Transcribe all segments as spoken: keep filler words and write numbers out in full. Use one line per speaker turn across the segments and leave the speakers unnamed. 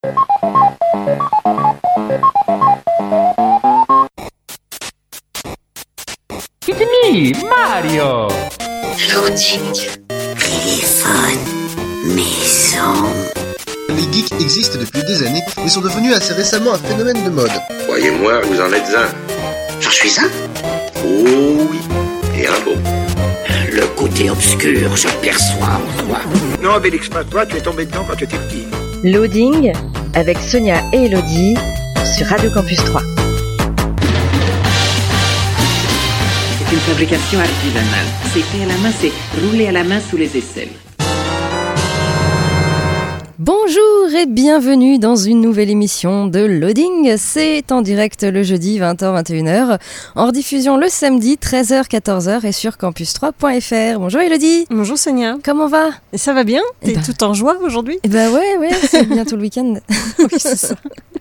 It's me, Mario.
Loading, téléphone, maison.
Les geeks existent depuis des années, mais sont devenus assez récemment un phénomène de mode.
Croyez-moi, vous en êtes un.
J'en suis un.
Oh oui, et un beau.
Le côté obscur, je perçois en toi.
Non, Bélix, pas toi, tu es tombé dedans quand tu étais petit.
Loading avec Sonia et Elodie sur Radio Campus trois.
C'est une fabrication artisanale. C'est fait à la main, c'est roulé à la main sous les aisselles.
Bonjour et bienvenue dans une nouvelle émission de Loading. C'est en direct le jeudi vingt heures vingt et une heures, en rediffusion le samedi treize heures quatorze heures et sur campus trois point f r. Bonjour Elodie.
Bonjour Sonia.
Comment va ?
Et ça va bien ? T'es
eh ben,
tout en joie aujourd'hui ?
Eh ben ouais, ouais, c'est bientôt le week-end.
Oui, c'est ça.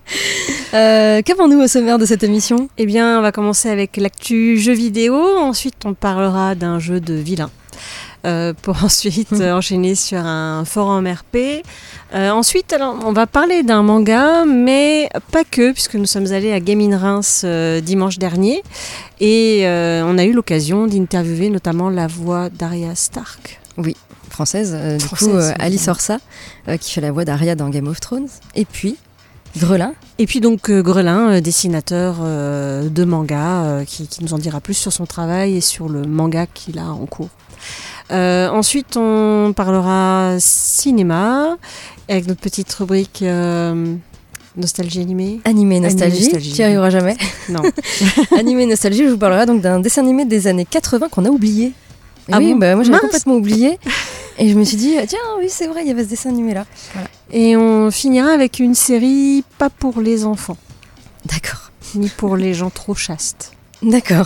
Euh, qu'avons-nous au sommaire de cette émission ?
Eh bien, on va commencer avec l'actu jeux vidéo. Ensuite, on parlera d'un jeu de vilain. Euh, pour ensuite euh, enchaîner sur un forum R P. Euh, ensuite, alors, on va parler d'un manga, mais pas que, puisque nous sommes allés à Game in Reims euh, dimanche dernier, et euh, on a eu l'occasion d'interviewer notamment la voix d'Arya Stark.
Oui, française. Euh, du
Française,
coup, euh,
oui.
Alice Orsa, euh, qui fait la voix d'Arya dans Game of Thrones. Et puis, Grelin.
Et puis donc euh, Grelin, euh, dessinateur euh, de manga, euh, qui, qui nous en dira plus sur son travail et sur le manga qu'il a en cours. Euh, ensuite, on parlera cinéma avec notre petite rubrique euh, nostalgie animée.
Animé nostalgie,
Animé nostalgie.
tu n'y arriveras jamais.
Non.
Animé nostalgie, je vous parlerai donc d'un dessin animé des années quatre-vingts qu'on a oublié. Et
Ah
oui,
bon
bah, moi j'avais
Mince.
complètement oublié. Et je me suis dit, tiens, oui, c'est vrai, il y avait ce dessin animé là. Voilà.
Et on finira avec une série pas pour les enfants,
D'accord.
ni pour les gens trop chastes.
D'accord.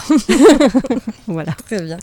Voilà.
Très bien.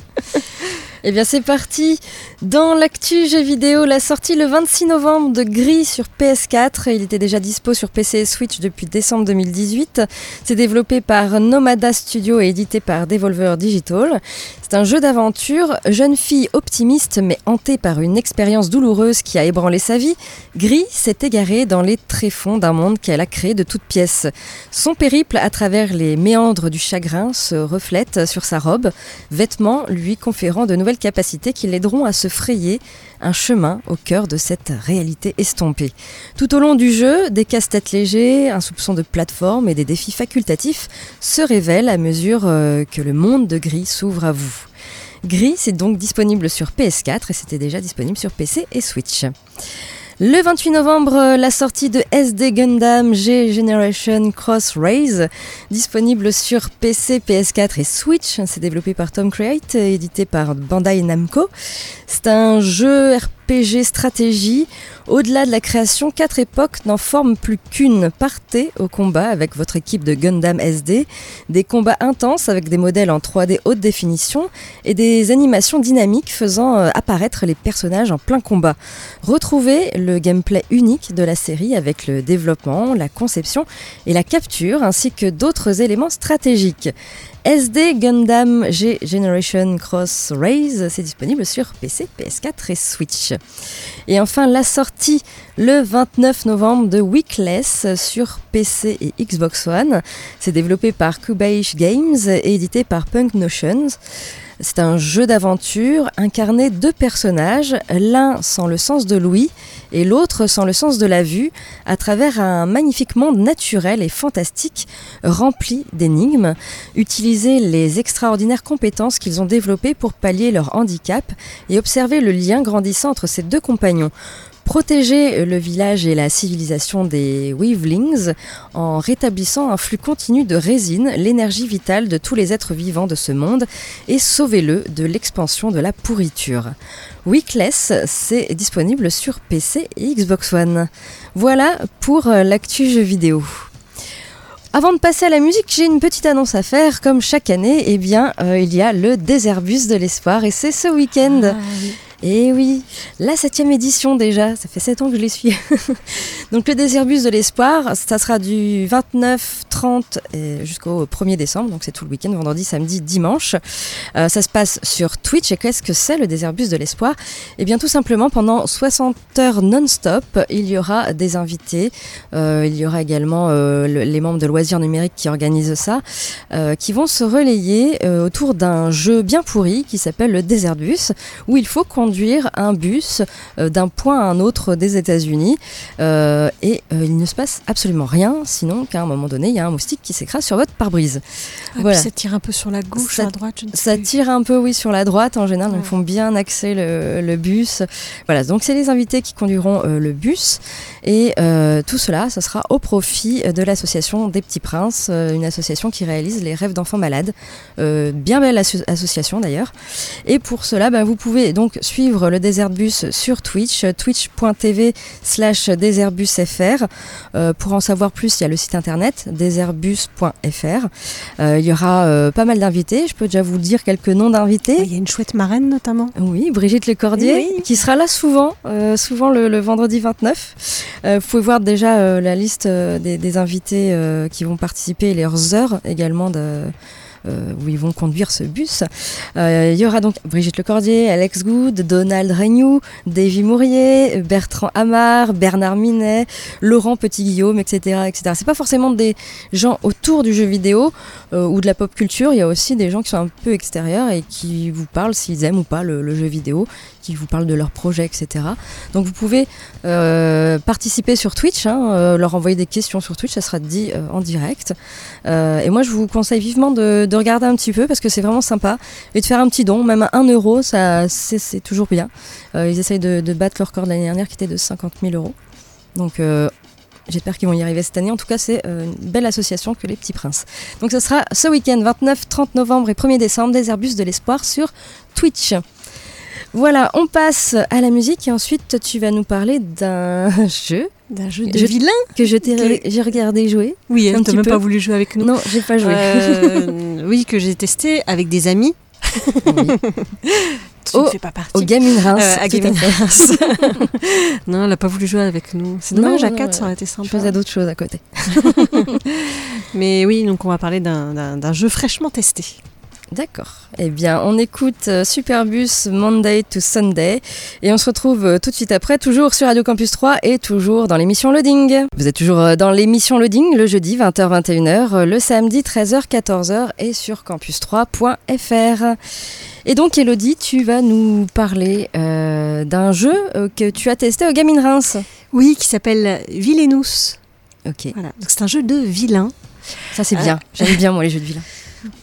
Eh bien, c'est parti. Dans l'actu jeux vidéo, la sortie le vingt-six novembre de Gris sur P S quatre. Il était déjà dispo sur P C et Switch depuis décembre deux mille dix-huit. C'est développé par Nomada Studio et édité par Devolver Digital. C'est un jeu d'aventure. Jeune fille optimiste mais hantée par une expérience douloureuse qui a ébranlé sa vie, Gris s'est égarée dans les tréfonds d'un monde qu'elle a créé de toutes pièces. Son périple à travers les méandres du chagrin se reflète sur sa robe, vêtements lui conférant de nouvelles capacités qui l'aideront à se frayer un chemin au cœur de cette réalité estompée. Tout au long du jeu, des casse-têtes légers, un soupçon de plateforme et des défis facultatifs se révèlent à mesure euh, que le monde de Gris s'ouvre à vous. Gris, c'est donc disponible sur P S quatre et c'était déjà disponible sur P C et Switch. Le vingt-huit novembre, la sortie de S D Gundam G Generation Cross Rays, disponible sur P C, P S quatre et Switch. C'est développé par Tom Create, édité par Bandai Namco. C'est un jeu R P G stratégie. Au-delà de la création, quatre époques n'en forment plus qu'une. Partez au combat avec votre équipe de Gundam S D. Des combats intenses avec des modèles en trois D haute définition et des animations dynamiques faisant apparaître les personnages en plein combat. Retrouvez le gameplay unique de la série avec le développement, la conception et la capture ainsi que d'autres éléments stratégiques. S D Gundam G Generation Cross Rays, c'est disponible sur P C, P S quatre et Switch. Et enfin, la sortie le vingt-neuf novembre de Weakless sur P C et Xbox One. C'est développé par Kubaish Games et édité par Punk Notions. C'est un jeu d'aventure incarné deux personnages, l'un sans le sens de l'ouïe et l'autre sans le sens de la vue, à travers un magnifique monde naturel et fantastique rempli d'énigmes. Utilisez les extraordinaires compétences qu'ils ont développées pour pallier leur handicap et observer le lien grandissant entre ces deux compagnons. Protéger le village et la civilisation des Weavelings en rétablissant un flux continu de résine, l'énergie vitale de tous les êtres vivants de ce monde, et sauvez-le de l'expansion de la pourriture. Weakless, c'est disponible sur P C et Xbox One. Voilà pour l'actu jeux vidéo. Avant de passer à la musique, j'ai une petite annonce à faire. Comme chaque année, eh bien, euh, il y a le Déserbus de l'espoir et c'est ce week-end.
Ah, oui.
Et oui, la septième édition déjà, ça fait sept ans que je les suis. Donc le Déserbus de l'espoir, ça sera du vingt-neuf trente jusqu'au premier décembre, donc c'est tout le week-end, vendredi, samedi, dimanche. Euh, ça se passe sur Twitch. Et qu'est-ce que c'est le Déserbus de l'espoir ? Eh bien tout simplement, pendant soixante heures non-stop, il y aura des invités, euh, il y aura également euh, le, les membres de Loisirs Numériques qui organisent ça, euh, qui vont se relayer euh, autour d'un jeu bien pourri qui s'appelle le Déserbus, où il faut conduire un bus euh, d'un point à un autre des États-Unis euh, et euh, il ne se passe absolument rien, sinon qu'à un moment donné il y a un moustique qui s'écrase sur votre pare-brise.
Ah,
voilà.
Puis ça tire un peu sur la gauche,
ça,
à la droite, je ne sais
ça
plus.
tire un peu, oui, sur la droite en général,
Ouais.
donc il faut bien axer le, le bus. Voilà, donc c'est les invités qui conduiront euh, le bus et euh, tout cela, ça sera au profit de l'association des Petits Princes, euh, une association qui réalise les rêves d'enfants malades. Euh, bien belle asso- association d'ailleurs. Et pour cela, bah, vous pouvez donc suivre le Déserbus sur Twitch, twitch.tv slash déserbusfr. Euh, pour en savoir plus, il y a le site internet déserbus point f r. Euh, il y aura euh, pas mal d'invités. Je peux déjà vous dire quelques noms d'invités.
Il y a une chouette marraine notamment.
Oui, Brigitte Lecordier,
Oui, oui.
qui sera là souvent, euh, souvent le, le vendredi vingt-neuf. Euh, vous pouvez voir déjà euh, la liste euh, des, des invités euh, qui vont participer et leurs heures également de... Euh, où ils vont conduire ce bus. Euh, il y aura donc Brigitte Lecordier, Alex Good, Donald Regnoux, Davy Mourier, Bertrand Amar, Bernard Minet, Laurent Petit-Guillaume, et cetera, et cetera. C'est pas forcément des gens autour du jeu vidéo euh, ou de la pop culture, il y a aussi des gens qui sont un peu extérieurs et qui vous parlent s'ils aiment ou pas le, le jeu vidéo, qui vous parlent de leurs projets, et cetera. Donc vous pouvez euh, participer sur Twitch, hein, euh, leur envoyer des questions sur Twitch, ça sera dit euh, en direct. Euh, et moi je vous conseille vivement de de regarder un petit peu parce que c'est vraiment sympa et de faire un petit don, même à un euro, ça, c'est, c'est toujours bien. Euh, ils essayent de, de battre leur record de l'année dernière qui était de cinquante mille euros. Donc euh, j'espère qu'ils vont y arriver cette année. En tout cas, c'est euh, une belle association que les Petits Princes. Donc ça sera ce week-end, vingt-neuf trente novembre et premier décembre, Déserbus de l'espoir sur Twitch. Voilà, on passe à la musique et ensuite tu vas nous parler d'un jeu.
D'un jeu de
Je-
vilain.
Que je t'ai,
Que-
j'ai regardé jouer.
Oui,
un
tu
petit
n'as même
peu.
pas voulu jouer avec nous.
Non, j'ai pas joué.
Euh, oui, que j'ai testé avec des amis.
Oui.
Tu
Au-
ne fais pas partie.
Au Gaming Reims.
Euh, à
tout à
Gaming
fait.
Reims. Non, elle n'a pas voulu jouer avec nous. C'est
Non,
dommage, à
non,
quatre,
ouais.
ça aurait été sympa.
Je faisais d'autres choses à côté.
Mais oui, donc on va parler d'un, d'un, d'un jeu fraîchement testé.
D'accord. Eh bien, on écoute euh, Superbus Monday to Sunday et on se retrouve euh, tout de suite après, toujours sur Radio Campus trois et toujours dans l'émission Loading. Vous êtes toujours euh, dans l'émission Loading le jeudi vingt heures vingt et une heures, euh, le samedi treize heures quatorze heures et sur campus trois point f r. Et donc, Elodie, tu vas nous parler euh, d'un jeu euh, que tu as testé au Gaming Reims.
Oui, qui s'appelle Villainous.
Ok,
Voilà. Donc c'est un jeu de vilain.
ça c'est bien. J'aime bien moi les jeux de vilains.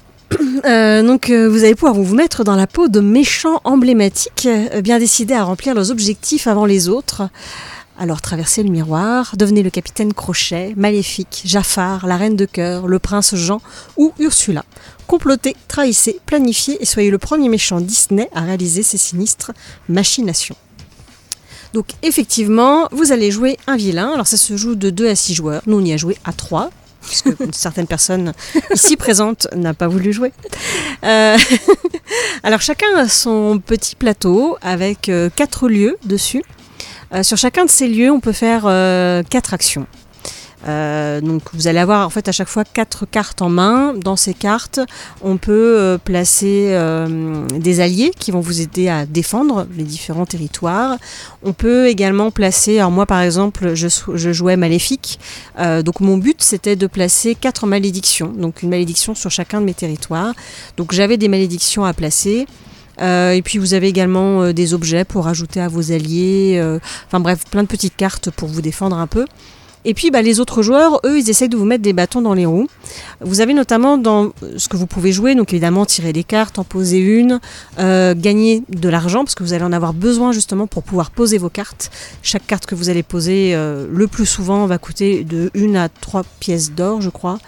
Euh, donc euh, vous allez pouvoir vous mettre dans la peau de méchants emblématiques, euh, bien décidés à remplir leurs objectifs avant les autres. Alors traversez le miroir, devenez le capitaine Crochet, Maléfique, Jafar, la reine de cœur, le prince Jean ou Ursula. Complotez, trahissez, planifiez et soyez le premier méchant Disney à réaliser ces sinistres machinations. Donc effectivement, vous allez jouer un vilain. Alors ça se joue de deux à six joueurs. Nous on y a joué à trois. Puisque certaines personnes ici présentes n'ont pas voulu jouer. Euh, alors chacun a son petit plateau avec euh, quatre lieux dessus. Euh, sur chacun de ces lieux, on peut faire euh, quatre actions. Euh, donc vous allez avoir en fait à chaque fois quatre cartes en main. Dans ces cartes, on peut euh, placer euh, des alliés qui vont vous aider à défendre les différents territoires. On peut également placer, alors moi par exemple, je, je jouais Maléfique, euh, donc mon but c'était de placer quatre malédictions, donc une malédiction sur chacun de mes territoires. Donc j'avais des malédictions à placer. Euh, et puis vous avez également euh, des objets pour ajouter à vos alliés, euh, enfin bref, plein de petites cartes pour vous défendre un peu. Et puis bah, les autres joueurs, eux, ils essayent de vous mettre des bâtons dans les roues. Vous avez notamment dans ce que vous pouvez jouer, donc évidemment tirer des cartes, en poser une, euh, gagner de l'argent, parce que vous allez en avoir besoin justement pour pouvoir poser vos cartes. Chaque carte que vous allez poser, euh, le plus souvent, va coûter de une à trois pièces d'or, je crois.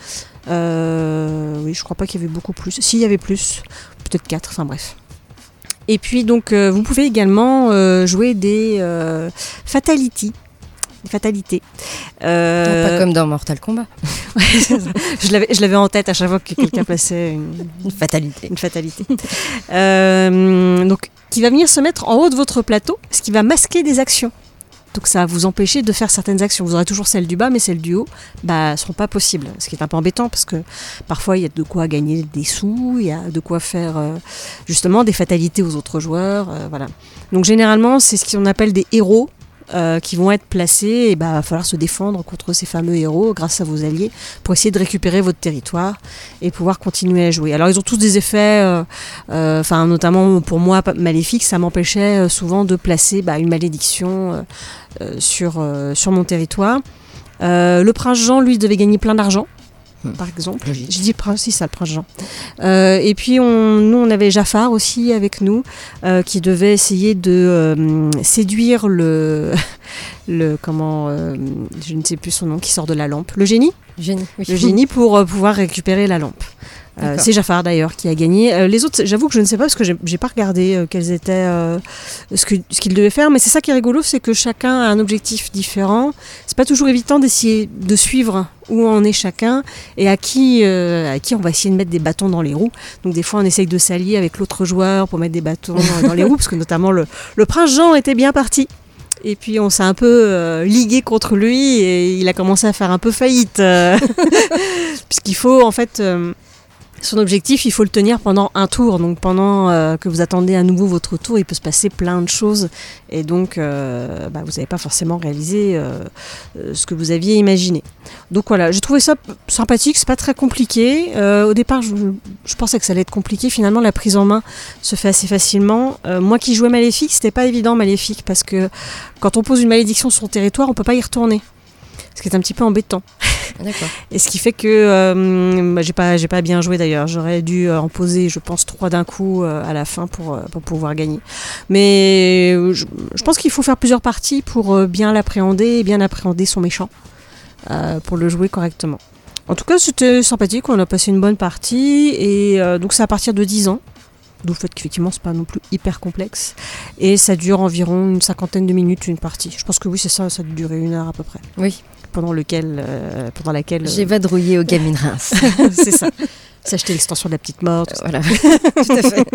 Euh, oui, je crois pas qu'il y avait beaucoup plus. S'il y avait plus, peut-être quatre, enfin bref. Et puis donc, euh, vous pouvez également euh, jouer des euh, fatalities. Des fatalités. Euh,
Pas comme dans Mortal Kombat.
Ouais, c'est ça. je, l'avais, je l'avais en tête à chaque fois que quelqu'un plaçait une,
Une fatalité.
une fatalité. Euh, donc, qui va venir se mettre en haut de votre plateau, ce qui va masquer des actions. Donc ça va vous empêcher de faire certaines actions. Vous aurez toujours celles du bas, mais celles du haut bah, ne seront pas possibles. Ce qui est un peu embêtant parce que parfois il y a de quoi gagner des sous, il y a de quoi faire euh, justement des fatalités aux autres joueurs. Euh, voilà. Donc généralement c'est ce qu'on appelle des héros euh, qui vont être placés et bah, va falloir se défendre contre ces fameux héros grâce à vos alliés pour essayer de récupérer votre territoire et pouvoir continuer à jouer. Alors ils ont tous des effets, euh, euh, enfin notamment pour moi maléfique, ça m'empêchait euh, souvent de placer bah, une malédiction euh, euh, sur, euh, sur mon territoire. Euh, le prince Jean, lui, devait gagner plein d'argent. Mmh. Par exemple, j'ai dit le prince, si ça, le prince Jean. Euh, et puis on, nous, on avait Jafar aussi avec nous, euh, qui devait essayer de euh, séduire le, le comment, euh, je ne sais plus son nom, qui sort de la lampe, le génie,
génie oui.
le génie pour euh, pouvoir récupérer la lampe. Euh, c'est Jafar d'ailleurs qui a gagné. Euh, les autres, j'avoue que je ne sais pas parce que j'ai, j'ai pas regardé euh, quels étaient euh, ce, que, ce qu'ils devaient faire, mais c'est ça qui est rigolo, c'est que chacun a un objectif différent. C'est pas toujours évident d'essayer de suivre où en est chacun et à qui, euh, à qui on va essayer de mettre des bâtons dans les roues. Donc des fois on essaye de s'allier avec l'autre joueur pour mettre des bâtons dans les roues, parce que notamment le, le prince Jean était bien parti. Et puis on s'est un peu euh, ligué contre lui et il a commencé à faire un peu faillite. Euh, puisqu'il faut en fait... Euh, Son objectif, il faut le tenir pendant un tour. Donc pendant euh, que vous attendez à nouveau votre tour, il peut se passer plein de choses. Et donc, euh, bah, vous n'avez pas forcément réalisé euh, euh, ce que vous aviez imaginé. Donc voilà, j'ai trouvé ça p- sympathique, c'est pas très compliqué. Euh, au départ, je, je pensais que ça allait être compliqué. Finalement, la prise en main se fait assez facilement. Euh, moi qui jouais Maléfique, c'était pas évident Maléfique, parce que quand on pose une malédiction sur son territoire, on peut pas y retourner. Ce qui est un petit peu embêtant.
D'accord. Et
ce qui fait que euh, bah, j'ai pas, j'ai pas bien joué d'ailleurs. J'aurais dû euh, en poser, je pense, trois d'un coup euh, à la fin pour, euh, pour pouvoir gagner. Mais euh, je, je pense qu'il faut faire plusieurs parties pour euh, bien l'appréhender et bien appréhender son méchant euh, pour le jouer correctement. En tout cas, c'était sympathique. On a passé une bonne partie et euh, donc c'est à partir de dix ans. D'où le fait qu'effectivement, c'est pas non plus hyper complexe. Et ça dure environ une cinquantaine de minutes, une partie. Je pense que oui, c'est ça, ça a duré une heure à peu près.
Oui.
Pendant, lequel, euh, pendant laquelle...
J'ai vadrouillé au Gaming Reims.
C'est ça. C'est acheter l'extension de la petite mort.
Euh, voilà, tout à fait.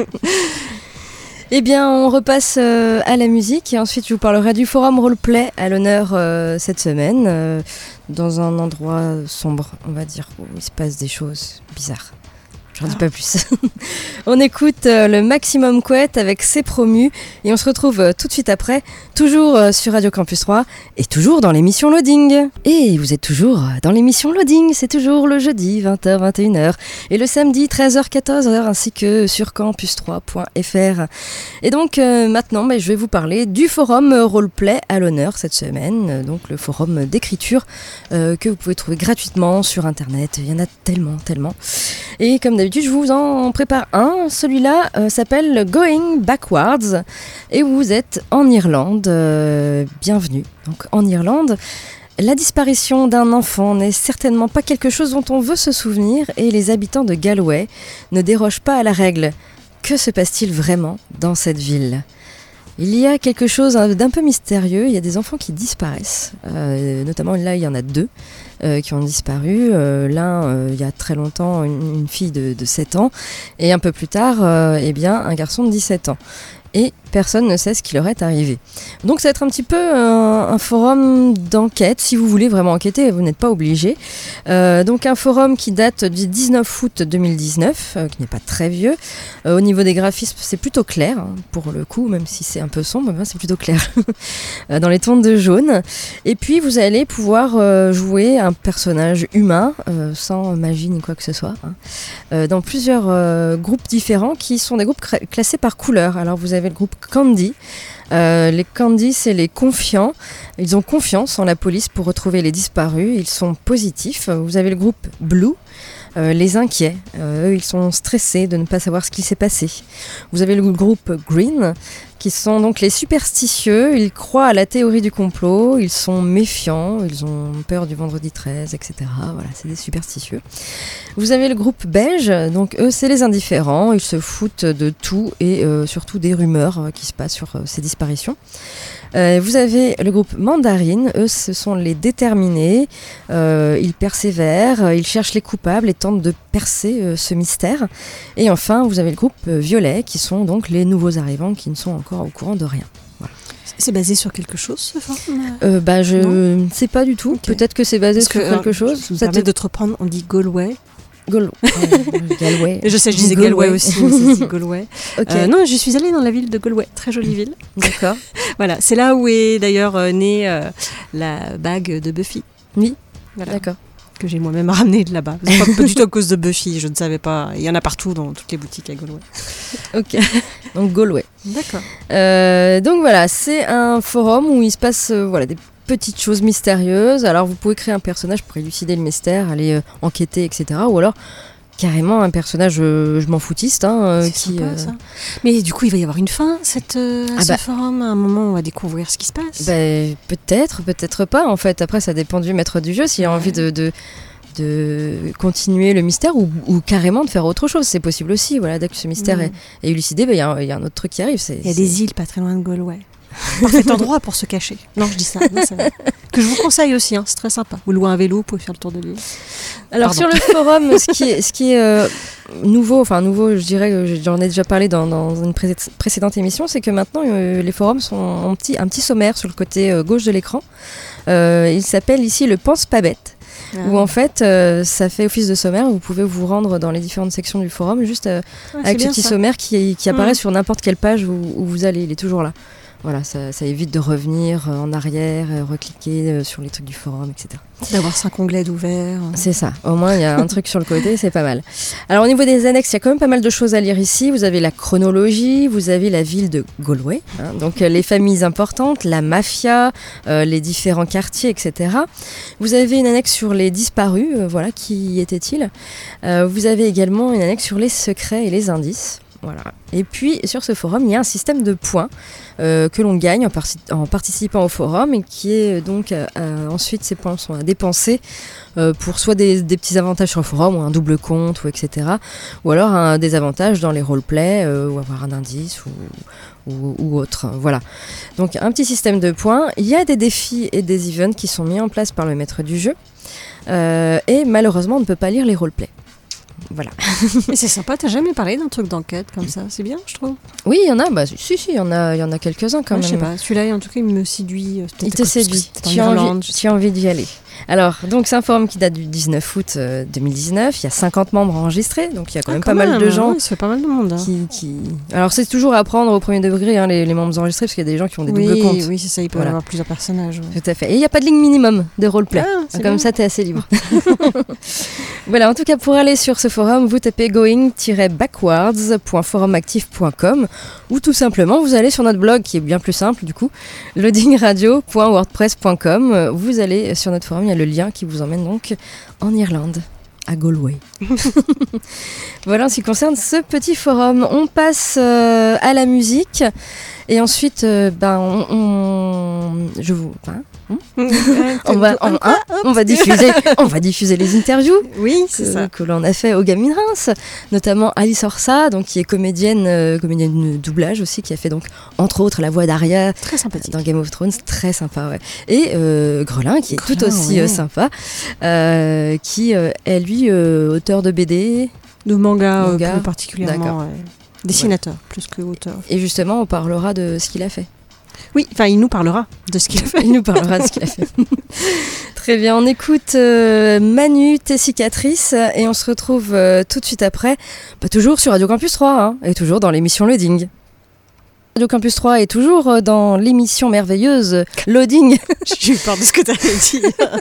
Eh bien, on repasse euh, à la musique et ensuite je vous parlerai du forum roleplay à l'honneur euh, cette semaine, euh, dans un endroit sombre, on va dire, où il se passe des choses bizarres. J'en dis pas plus. On écoute euh, le Maximum Couette avec C'est Promu et on se retrouve euh, tout de suite après, toujours euh, sur Radio Campus trois et toujours dans l'émission Loading. Et vous êtes toujours dans l'émission Loading, c'est toujours le jeudi vingt heures vingt et une heures et le samedi treize heures quatorze heures ainsi que sur campus trois point f r. Et donc euh, maintenant bah, je vais vous parler du forum roleplay à l'honneur cette semaine, donc le forum d'écriture euh, que vous pouvez trouver gratuitement sur internet. Il y en a tellement, tellement. Et comme d'habitude, je vous en prépare un. Celui-là euh, s'appelle Going Backwards et vous êtes en Irlande. Euh, bienvenue. Donc en Irlande, la disparition d'un enfant n'est certainement pas quelque chose dont on veut se souvenir et les habitants de Galway ne dérogent pas à la règle. Que se passe-t-il vraiment dans cette ville ? Il y a quelque chose d'un peu mystérieux, il y a des enfants qui disparaissent, euh, notamment là il y en a deux euh, qui ont disparu, euh, l'un euh, il y a très longtemps une, une fille de, de sept ans et un peu plus tard euh, eh bien, un garçon de dix-sept ans. Et personne ne sait ce qui leur est arrivé. Donc ça va être un petit peu un, un forum d'enquête, si vous voulez vraiment enquêter, vous n'êtes pas obligé. Euh, donc un forum qui date du dix-neuf août deux mille dix-neuf, euh, qui n'est pas très vieux. Euh, au niveau des graphismes, c'est plutôt clair, hein, pour le coup, même si c'est un peu sombre, ben, c'est plutôt clair, dans les tons de jaune. Et puis vous allez pouvoir euh, jouer un personnage humain, euh, sans magie ni quoi que ce soit, hein, euh, dans plusieurs euh, groupes différents, qui sont des groupes cra- classés par couleur. Alors vous avez le groupe Candy. Euh, les Candy, c'est les confiants. Ils ont confiance en la police pour retrouver les disparus. Ils sont positifs. Vous avez le groupe Blue. Euh, les inquiets. Euh, eux, ils sont stressés de ne pas savoir ce qui s'est passé. Vous avez le groupe Green, qui sont donc les superstitieux. Ils croient à la théorie du complot, ils sont méfiants, ils ont peur du vendredi treize, et cetera. Voilà, c'est des superstitieux. Vous avez le groupe beige, donc eux c'est les indifférents, ils se foutent de tout et euh, surtout des rumeurs euh, qui se passent sur euh, ces disparitions. Euh, vous avez le groupe mandarine, eux ce sont les déterminés, euh, ils persévèrent, ils cherchent les coupables et tentent de percer euh, ce mystère. Et enfin vous avez le groupe euh, violet qui sont donc les nouveaux arrivants qui ne sont encore au courant de rien. Voilà.
C'est basé sur quelque chose ce forum
euh, bah, Je ne sais pas du tout,
okay.
Peut-être que c'est basé
Parce
sur
que,
quelque
euh,
chose.
Je me
Ça
permets
te...
de te reprendre, on dit Galway.
Galway. Galway.
Je sais, je disais Galway aussi, mais c'est dit Galway.
Okay.
Euh, non, je suis allée dans la ville de Galway, très jolie ville.
D'accord.
Voilà, c'est là où est d'ailleurs euh, née euh, la bague de Buffy.
Oui,
voilà.
D'accord.
Que j'ai moi-même ramenée de là-bas. C'est pas, pas du tout à cause de Buffy, je ne savais pas. Il y en a partout dans toutes les boutiques à Galway.
Ok, donc Galway.
D'accord.
Euh, donc voilà, c'est un forum où il se passe euh, voilà, des petites choses mystérieuses. Alors vous pouvez créer un personnage pour élucider le mystère, aller euh, enquêter, et cetera. Ou alors carrément un personnage euh, je m'en foutiste hein, euh,
c'est
qui.
Sympa,
euh...
ça. Mais du coup, il va y avoir une fin cette, euh, à
ah
ce
bah,
forum. À un moment, on va découvrir ce qui se passe.
Bah, peut-être, peut-être pas. En fait, après, ça dépend du maître du jeu s'il a ouais. envie de, de de continuer le mystère ou, ou carrément de faire autre chose. C'est possible aussi. Voilà, dès que ce mystère mmh. est, est élucidé, il bah, y, y a un autre truc qui arrive. C'est,
il y a
c'est...
des îles pas très loin de Galway. Parfait endroit pour se cacher. Non, je dis ça. Non, ça que je vous conseille aussi, hein, c'est très sympa. Vous louez un vélo, vous pouvez faire le tour de l'île.
Alors Pardon. Sur le forum, ce qui est, ce qui est euh, nouveau, enfin nouveau, je dirais, que j'en ai déjà parlé dans, dans une pré- précédente émission, c'est que maintenant euh, les forums sont en petit, un petit sommaire sur le côté euh, gauche de l'écran. Euh, il s'appelle ici le Pense pas bête. Ah. Où en fait euh, ça fait office de sommaire, vous pouvez vous rendre dans les différentes sections du forum juste euh, ah, avec ce petit ça. sommaire qui, qui apparaît mmh. sur n'importe quelle page où, où vous allez, il est toujours là. Voilà, ça, ça évite de revenir en arrière, recliquer sur les trucs du forum, et cetera.
D'avoir cinq onglets d'ouvert.
C'est ça. Au moins, il y a un truc sur le côté, c'est pas mal. Alors, au niveau des annexes, il y a quand même pas mal de choses à lire ici. Vous avez la chronologie, vous avez la ville de Galway, hein, donc euh, les familles importantes, la mafia, euh, les différents quartiers, et cetera. Vous avez une annexe sur les disparus, euh, voilà, qui étaient-ils. Euh, vous avez également une annexe sur les secrets et les indices. Voilà. Et puis sur ce forum, il y a un système de points euh, que l'on gagne en, par- en participant au forum et qui est donc euh, euh, ensuite ces points sont à dépenser euh, pour soit des, des petits avantages sur le forum ou un double compte ou et cetera. Ou alors un, des avantages dans les roleplays euh, ou avoir un indice ou, ou, ou autre. Voilà. Donc un petit système de points. Il y a des défis et des events qui sont mis en place par le maître du jeu euh, et malheureusement on ne peut pas lire les roleplays. Voilà.
Mais c'est sympa, t'as jamais parlé d'un truc d'enquête comme ça, c'est bien, je trouve.
Oui, il y en a, bah si, si, il y en a, il y en a quelques-uns quand
ouais,
même.
Je sais pas, celui-là, en tout cas, il me séduit.
Il te séduit, tu as, envie, tu as envie d'y aller. Alors, donc c'est un forum qui date du dix-neuf août deux mille dix-neuf, il y a cinquante membres enregistrés, donc il y a quand
ah,
même
quand
pas
même,
mal de gens.
Ouais, ça fait pas mal de monde. Hein.
Qui, qui... Alors c'est toujours à prendre au premier degré, hein, les, les membres enregistrés, parce qu'il y a des gens qui ont des
oui,
doubles comptes.
Oui, c'est ça, il peut voilà. y avoir plusieurs personnages. Ouais.
Tout à fait. Et il n'y a pas de ligne minimum de roleplay,
ah,
donc, comme
bien.
ça t'es assez libre. Voilà, en tout cas pour aller sur ce forum, vous tapez going tiret backwards point forum actif point com ou tout simplement vous allez sur notre blog qui est bien plus simple du coup, loading radio point wordpress point com. Vous allez sur notre forum, il y a le lien qui vous emmène donc en Irlande, à Galway. Voilà en ce qui concerne ce petit forum. On passe euh, à la musique et ensuite, euh, ben, on, on, je vous, hein, hein on va, on, hein, on va diffuser, on va diffuser les interviews.
Oui, c'est
que,
ça.
que l'on a fait au Gaming Reims, notamment Alice Orsa, donc qui est comédienne, euh, comédienne de doublage aussi, qui a fait donc entre autres la voix d'Arya,
très sympathique
dans Game of Thrones, très sympa, ouais. Et euh, Grelin, qui est Grelin, tout aussi ouais. euh, sympa, euh, qui euh, est lui euh, auteur de B D,
de manga,
manga.
Euh, plus particulièrement. Ouais. Dessinateur, ouais. plus que auteur.
Et justement, on parlera de ce qu'il a fait.
Oui, enfin, il nous parlera de ce qu'il a fait.
Il nous parlera de ce qu'il a fait. Très bien, on écoute euh, Manu, tes cicatrices, et on se retrouve euh, tout de suite après, bah, toujours sur Radio Campus trois, hein, et toujours dans l'émission Loading. Radio Campus trois est toujours dans l'émission merveilleuse Loading.
J'ai eu peur de ce que tu avais dit.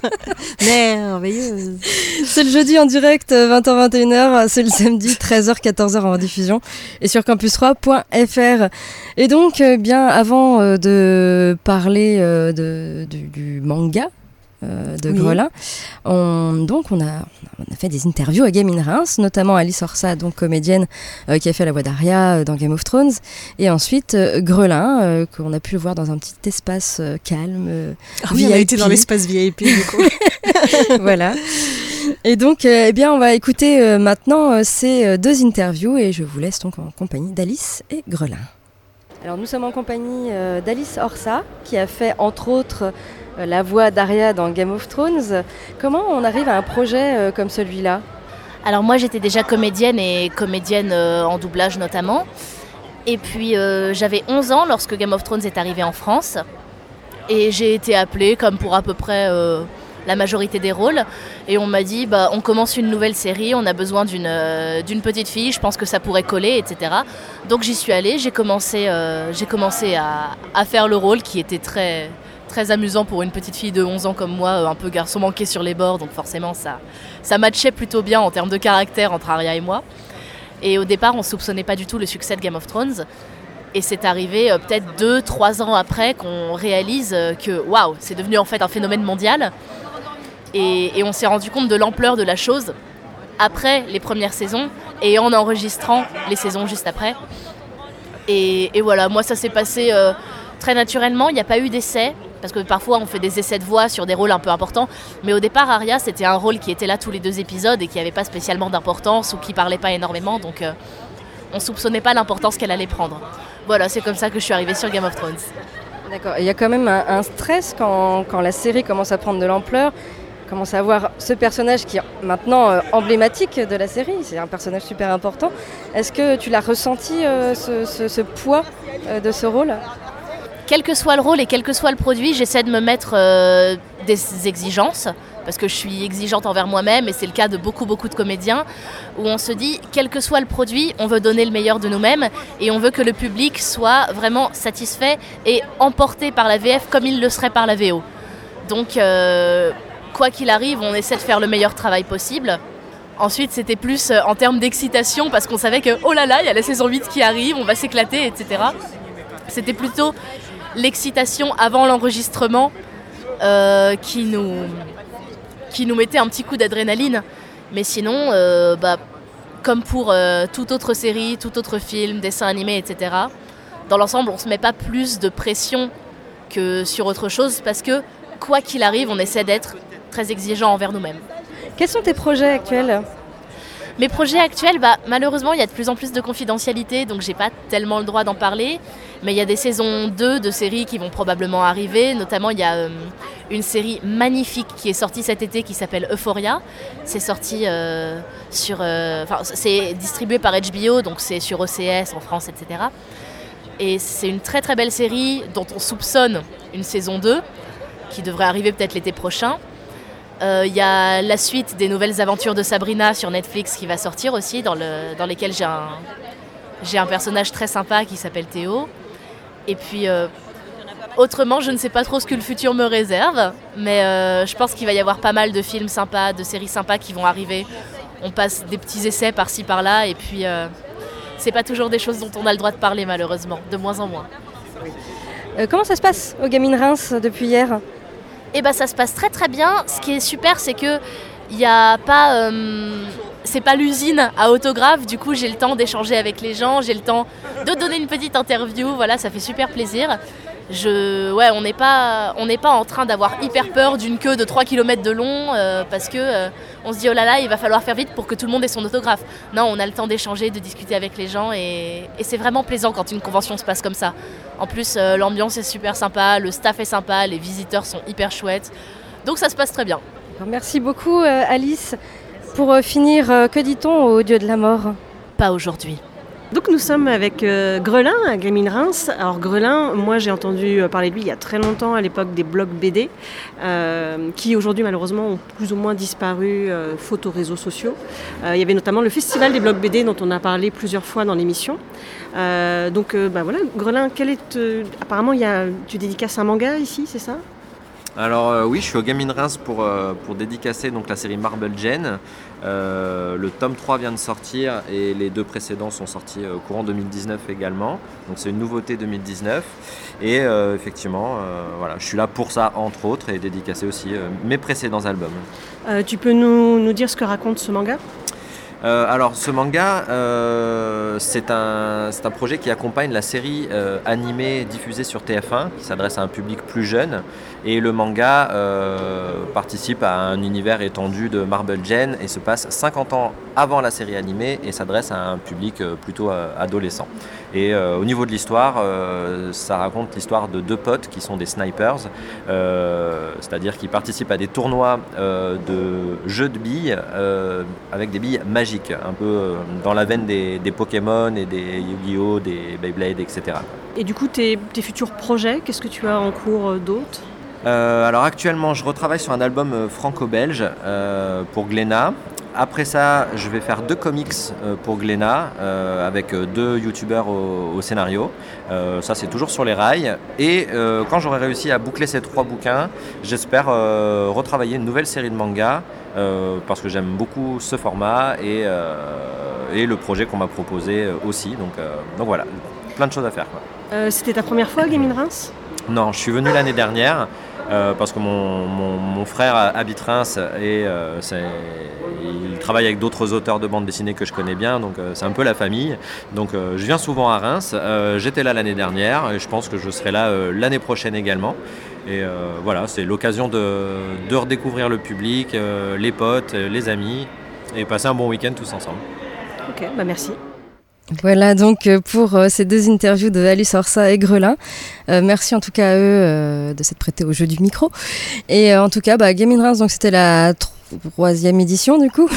Merveilleuse.
C'est le jeudi en direct, vingt heures vingt et une heures. C'est le samedi, treize heures quatorze heures en diffusion. Et sur campus trois point f r. Et donc, bien avant de parler de, du, du manga, euh, de
Oui.
Grelin. On, donc on a, on a fait des interviews à Game in Reims, notamment Alice Orsa, donc comédienne euh, qui a fait la voix d'Arya euh, dans Game of Thrones, et ensuite euh, Grelin, euh, qu'on a pu le voir dans un petit espace euh, calme. Euh,
Ah oui, on a été dans l'espace V I P du coup.
Voilà. Et donc, euh, eh bien, on va écouter euh, maintenant euh, ces euh, deux interviews et je vous laisse donc en compagnie d'Alice et Grelin. Alors, nous sommes en compagnie euh, d'Alice Orsa, qui a fait entre autres euh, la voix d'Arya dans Game of Thrones. Comment on arrive à un projet euh, comme celui-là ?
Alors moi j'étais déjà comédienne et comédienne euh, en doublage notamment. Et puis euh, j'avais onze ans lorsque Game of Thrones est arrivé en France. Et j'ai été appelée comme pour à peu près euh, la majorité des rôles. Et on m'a dit bah, on commence une nouvelle série, on a besoin d'une, euh, d'une petite fille, je pense que ça pourrait coller, et cetera. Donc j'y suis allée, j'ai commencé, euh, j'ai commencé à, à faire le rôle qui était très... très amusant pour une petite fille de onze ans comme moi, un peu garçon manqué sur les bords, donc forcément ça, ça matchait plutôt bien en termes de caractère entre Arya et moi. Et au départ, on ne soupçonnait pas du tout le succès de Game of Thrones. Et c'est arrivé euh, peut-être deux, trois ans après qu'on réalise euh, que waouh, c'est devenu en fait un phénomène mondial. Et, et on s'est rendu compte de l'ampleur de la chose après les premières saisons et en enregistrant les saisons juste après. Et, et voilà, moi ça s'est passé euh, très naturellement, il n'y a pas eu d'essai. Parce que parfois on fait des essais de voix sur des rôles un peu importants. Mais au départ, Arya, c'était un rôle qui était là tous les deux épisodes et qui n'avait pas spécialement d'importance ou qui parlait pas énormément. Donc euh, on soupçonnait pas l'importance qu'elle allait prendre. Voilà, c'est comme ça que je suis arrivée sur Game of Thrones.
D'accord. Il y a quand même un, un stress quand, quand la série commence à prendre de l'ampleur, commence à avoir ce personnage qui est maintenant euh, emblématique de la série. C'est un personnage super important. Est-ce que tu l'as ressenti, euh, ce, ce, ce poids euh, de ce rôle ?
Quel que soit le rôle et quel que soit le produit, j'essaie de me mettre euh, des exigences, parce que je suis exigeante envers moi-même, et c'est le cas de beaucoup, beaucoup de comédiens, où on se dit, quel que soit le produit, on veut donner le meilleur de nous-mêmes, et on veut que le public soit vraiment satisfait et emporté par la V F comme il le serait par la V O. Donc, euh, quoi qu'il arrive, on essaie de faire le meilleur travail possible. Ensuite, c'était plus euh, en termes d'excitation, parce qu'on savait que, oh là là, il y a la saison huit qui arrive, on va s'éclater, et cetera. C'était plutôt l'excitation avant l'enregistrement euh, qui, nous, qui nous mettait un petit coup d'adrénaline. Mais sinon, euh, bah, comme pour euh, toute autre série, tout autre film, dessin animé, et cetera, dans l'ensemble, on ne se met pas plus de pression que sur autre chose parce que, quoi qu'il arrive, on essaie d'être très exigeant envers nous-mêmes.
Quels sont tes projets actuels ?
Mes projets actuels, bah, malheureusement, il y a de plus en plus de confidentialité, donc j'ai pas tellement le droit d'en parler. Mais il y a des saisons deux de séries qui vont probablement arriver. Notamment, il y a euh, une série magnifique qui est sortie cet été qui s'appelle Euphoria. C'est sorti euh, sur... Euh, c'est distribué par H B O, donc c'est sur O C S en France, et cetera. Et c'est une très très belle série dont on soupçonne une saison deux qui devrait arriver peut-être l'été prochain. Il euh, y a la suite des nouvelles aventures de Sabrina sur Netflix qui va sortir aussi, dans, le, dans lesquelles j'ai un, j'ai un personnage très sympa qui s'appelle Théo. Et puis, euh, autrement, je ne sais pas trop ce que le futur me réserve, mais euh, je pense qu'il va y avoir pas mal de films sympas, de séries sympas qui vont arriver. On passe des petits essais par-ci par-là, et puis euh, c'est pas toujours des choses dont on a le droit de parler, malheureusement, de moins en moins.
Euh, comment ça se passe au Game in Reims depuis hier ?
Eh ben, ça se passe très très bien. Ce qui est super, c'est que il y a pas, euh, c'est pas l'usine à autographes. Du coup, j'ai le temps d'échanger avec les gens, j'ai le temps de donner une petite interview. Voilà, ça fait super plaisir. Je, ouais, on n'est pas, on n'est pas en train d'avoir hyper peur d'une queue de trois kilomètres de long euh, parce que euh, on se dit oh là là, il va falloir faire vite pour que tout le monde ait son autographe. Non, on a le temps d'échanger, de discuter avec les gens et, et c'est vraiment plaisant quand une convention se passe comme ça. En plus, euh, l'ambiance est super sympa, le staff est sympa, les visiteurs sont hyper chouettes. Donc ça se passe très bien.
Merci beaucoup euh, Alice. Pour euh, finir, euh, que dit-on au dieu de la mort ?
Pas aujourd'hui.
Donc nous sommes avec euh, Grelin à Game in Reims. Alors Grelin, moi j'ai entendu parler de lui il y a très longtemps à l'époque des blogs B D euh, qui aujourd'hui malheureusement ont plus ou moins disparu euh, faute aux réseaux sociaux. Euh, il y avait notamment le festival des blogs B D dont on a parlé plusieurs fois dans l'émission. Euh, donc euh, bah voilà, Grelin, quel est, euh, apparemment il y a, tu dédicaces un manga ici, c'est ça ?
Alors euh, oui, je suis au Gaming Reims pour, euh, pour dédicacer donc, la série Marble Gen. Euh, le tome trois vient de sortir et les deux précédents sont sortis euh, courant deux mille dix-neuf également. Donc c'est une nouveauté deux mille dix-neuf. Et euh, effectivement, euh, voilà, je suis là pour ça entre autres et dédicacer aussi euh, mes précédents albums.
Euh, tu peux nous, nous dire ce que raconte ce manga ?
Euh, alors ce manga, euh, c'est, un, c'est un projet qui accompagne la série euh, animée diffusée sur T F un, qui s'adresse à un public plus jeune. Et le manga euh, participe à un univers étendu de Marble Gen et se passe cinquante ans avant la série animée et s'adresse à un public euh, plutôt euh, adolescent. Et euh, au niveau de l'histoire, euh, ça raconte l'histoire de deux potes qui sont des snipers, euh, c'est-à-dire qui participent à des tournois euh, de jeux de billes euh, avec des billes magiques, un peu euh, dans la veine des, des Pokémon et des Yu-Gi-Oh, des Beyblade, et cetera.
Et du coup, tes, tes futurs projets, qu'est-ce que tu as en cours euh, d'autres ?
Euh, alors actuellement, je retravaille sur un album euh, franco-belge euh, pour Glénat. Après ça, je vais faire deux comics euh, pour Glénat euh, avec euh, deux youtubeurs au, au scénario. Euh, ça, c'est toujours sur les rails. Et euh, quand j'aurai réussi à boucler ces trois bouquins, j'espère euh, retravailler une nouvelle série de mangas euh, parce que j'aime beaucoup ce format et, euh, et le projet qu'on m'a proposé aussi. Donc, euh, donc voilà, plein de choses à faire, quoi.
Euh, c'était ta première fois à Gaming Reims ?
Non, je suis venu l'année dernière. Euh, parce que mon, mon, mon frère habite Reims et euh, c'est, il travaille avec d'autres auteurs de bande dessinée que je connais bien, donc euh, c'est un peu la famille. Donc euh, je viens souvent à Reims, euh, j'étais là l'année dernière et je pense que je serai là euh, l'année prochaine également. Et euh, voilà, c'est l'occasion de, de redécouvrir le public, euh, les potes, les amis et passer un bon week-end tous ensemble.
Ok, bah merci.
Voilà donc pour euh, ces deux interviews de Alice Orsa et Grelin. Euh, merci en tout cas à eux euh, de s'être prêtés au jeu du micro. Et euh, en tout cas, bah, Gaming Reims, donc c'était la troisième édition du coup.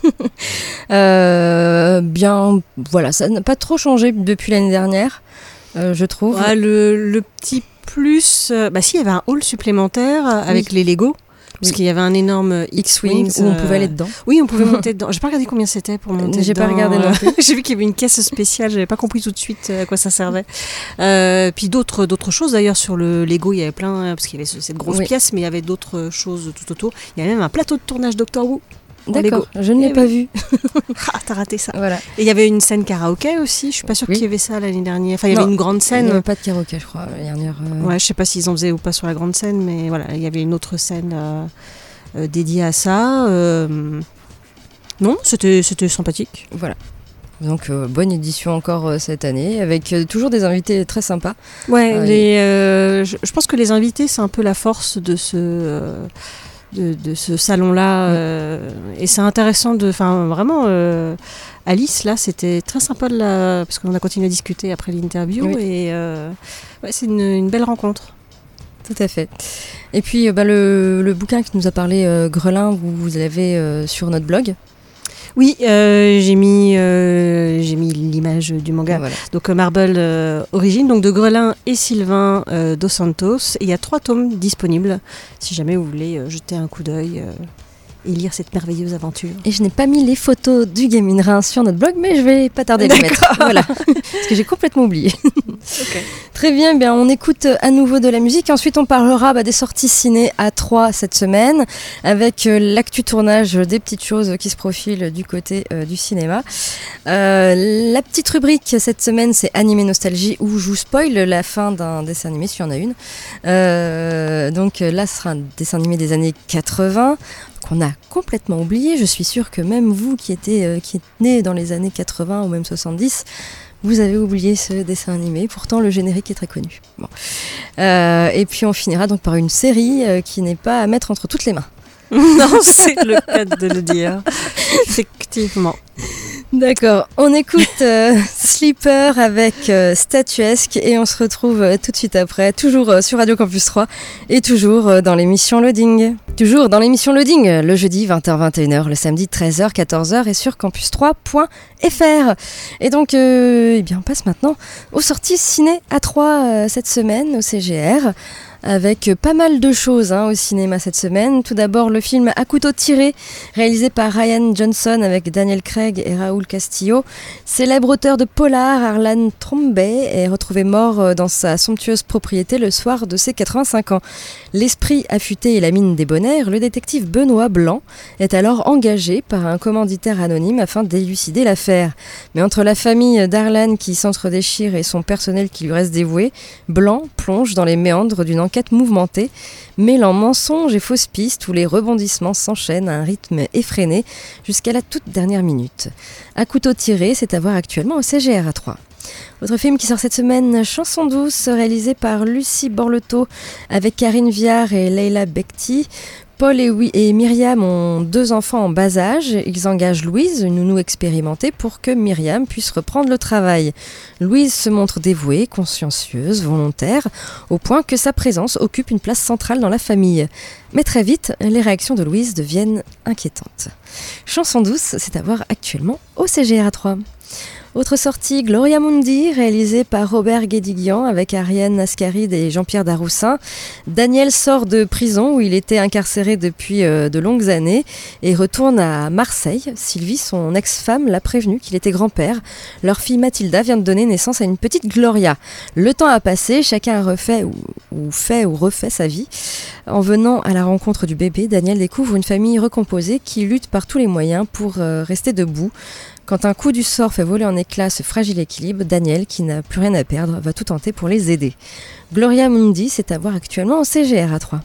euh, bien, voilà, ça n'a pas trop changé depuis l'année dernière, euh, je trouve.
Ouais, le, le petit plus, euh, bah si, il y avait un hall supplémentaire avec oui. les Lego. Parce oui. qu'il y avait un énorme X-Wing
où on pouvait aller dedans.
Oui, on pouvait monter dedans. J'ai pas regardé combien c'était pour monter
J'ai
dedans.
J'ai pas regardé non plus.
J'ai vu qu'il y avait une caisse spéciale, j'avais pas compris tout de suite à quoi ça servait. Euh, puis d'autres, d'autres choses d'ailleurs sur le Lego, il y avait plein, parce qu'il y avait cette grosse oui. pièce, mais il y avait d'autres choses tout autour. Il y avait même un plateau de tournage Doctor Who.
D'accord, je ne l'ai et pas
oui.
vu.
Ah, t'as raté ça.
Voilà.
Et il y avait une scène karaoké aussi, je suis pas sûre oui. qu'il y avait ça l'année dernière. Enfin, il y
non,
avait une grande scène.
Il n'y avait pas de karaoké, je crois, l'année dernière. Euh...
Ouais, je sais pas s'ils en faisaient ou pas sur la grande scène, mais voilà, il y avait une autre scène euh, euh, dédiée à ça. Euh... Non, c'était, c'était sympathique.
Voilà. Donc euh, bonne édition encore euh, cette année avec euh, toujours des invités très sympas.
Ouais,
euh,
les, euh, je, je pense que les invités c'est un peu la force de ce euh, de, de ce salon-là euh, et c'est intéressant de, enfin vraiment euh, Alice là c'était très sympa de la, parce qu'on a continué à discuter après l'interview oui. et euh, ouais, c'est une, une belle rencontre.
Tout à fait. Et puis bah, le, le bouquin qui nous a parlé euh, Grelin, vous, vous l'avez euh, sur notre blog.
Oui, euh, j'ai mis euh, j'ai mis l'image du manga.
Voilà.
Donc euh, Marble euh, Origins, donc de Grelin et Sylvain euh, Dos Santos. Et il y a trois tomes disponibles. Si jamais vous voulez euh, jeter un coup d'œil euh, et lire cette merveilleuse aventure.
Et je n'ai pas mis les photos du Gaming Reims sur notre blog, mais je vais pas tarder à les mettre. Voilà, parce que j'ai complètement oublié.
Okay.
Très bien, eh bien, on écoute à nouveau de la musique. Ensuite, on parlera bah, des sorties ciné à Troyes cette semaine, avec euh, l'actu tournage des petites choses qui se profilent du côté euh, du cinéma. Euh, la petite rubrique cette semaine, c'est Animé Nostalgie, où je vous spoil la fin d'un dessin animé, s'il y en a une. Euh, donc là, ce sera un dessin animé des années quatre-vingts, qu'on a complètement oublié. Je suis sûre que même vous qui, étiez, euh, qui êtes nés dans les années quatre-vingts ou même soixante-dix, vous avez oublié ce dessin animé. Pourtant, le générique est très connu. Bon. Euh, et puis, on finira donc par une série euh, qui n'est pas à mettre entre toutes les mains.
Non, c'est le cas de le dire. Effectivement.
D'accord, on écoute euh, Sleeper avec euh, Statuesque et on se retrouve euh, tout de suite après, toujours euh, sur Radio Campus trois et toujours euh, dans l'émission Loading. Toujours dans l'émission Loading, le jeudi vingt heures vingt et une heures, le samedi treize heures quatorze heures et sur campus trois point f r. Et donc, euh, eh bien, on passe maintenant aux sorties ciné à Troyes euh, cette semaine au C G R. avec pas mal de choses hein, au cinéma cette semaine. Tout d'abord le film À couteau tiré, réalisé par Ryan Johnson avec Daniel Craig et Raúl Castillo. Célèbre auteur de polar, Harlan Thrombey est retrouvé mort dans sa somptueuse propriété le soir de ses quatre-vingt-cinq ans. L'esprit affûté et la mine débonnaire, le détective Benoît Blanc est alors engagé par un commanditaire anonyme afin d'élucider l'affaire. Mais entre la famille d'Harlan qui s'entre-déchire et son personnel qui lui reste dévoué, Blanc plonge dans les méandres d'une enquête mouvementée, mêlant mensonges et fausses pistes où les rebondissements s'enchaînent à un rythme effréné jusqu'à la toute dernière minute. À couteau tiré, c'est à voir actuellement au C G R à Troyes. Autre film qui sort cette semaine, Chanson douce, réalisé par Lucie Borletot avec Karine Viard et Leila Bekti. Paul et, oui, et Myriam ont deux enfants en bas âge. Ils engagent Louise, une nounou expérimentée, pour que Myriam puisse reprendre le travail. Louise se montre dévouée, consciencieuse, volontaire, au point que sa présence occupe une place centrale dans la famille. Mais très vite, les réactions de Louise deviennent inquiétantes. Chanson douce, c'est à voir actuellement au C G R à Troyes. Autre sortie, Gloria Mundi, réalisée par Robert Guédiguian avec Ariane Ascaride et Jean-Pierre Daroussin. Daniel sort de prison où il était incarcéré depuis euh, de longues années et retourne à Marseille. Sylvie, son ex-femme, l'a prévenu qu'il était grand-père. Leur fille Mathilda vient de donner naissance à une petite Gloria. Le temps a passé, chacun a refait ou, ou fait ou refait sa vie. En venant à la rencontre du bébé, Daniel découvre une famille recomposée qui lutte par tous les moyens pour euh, rester debout. Quand un coup du sort fait voler en éclats ce fragile équilibre, Daniel, qui n'a plus rien à perdre, va tout tenter pour les aider. Gloria Mundi, c'est à voir actuellement au C G R à Troyes.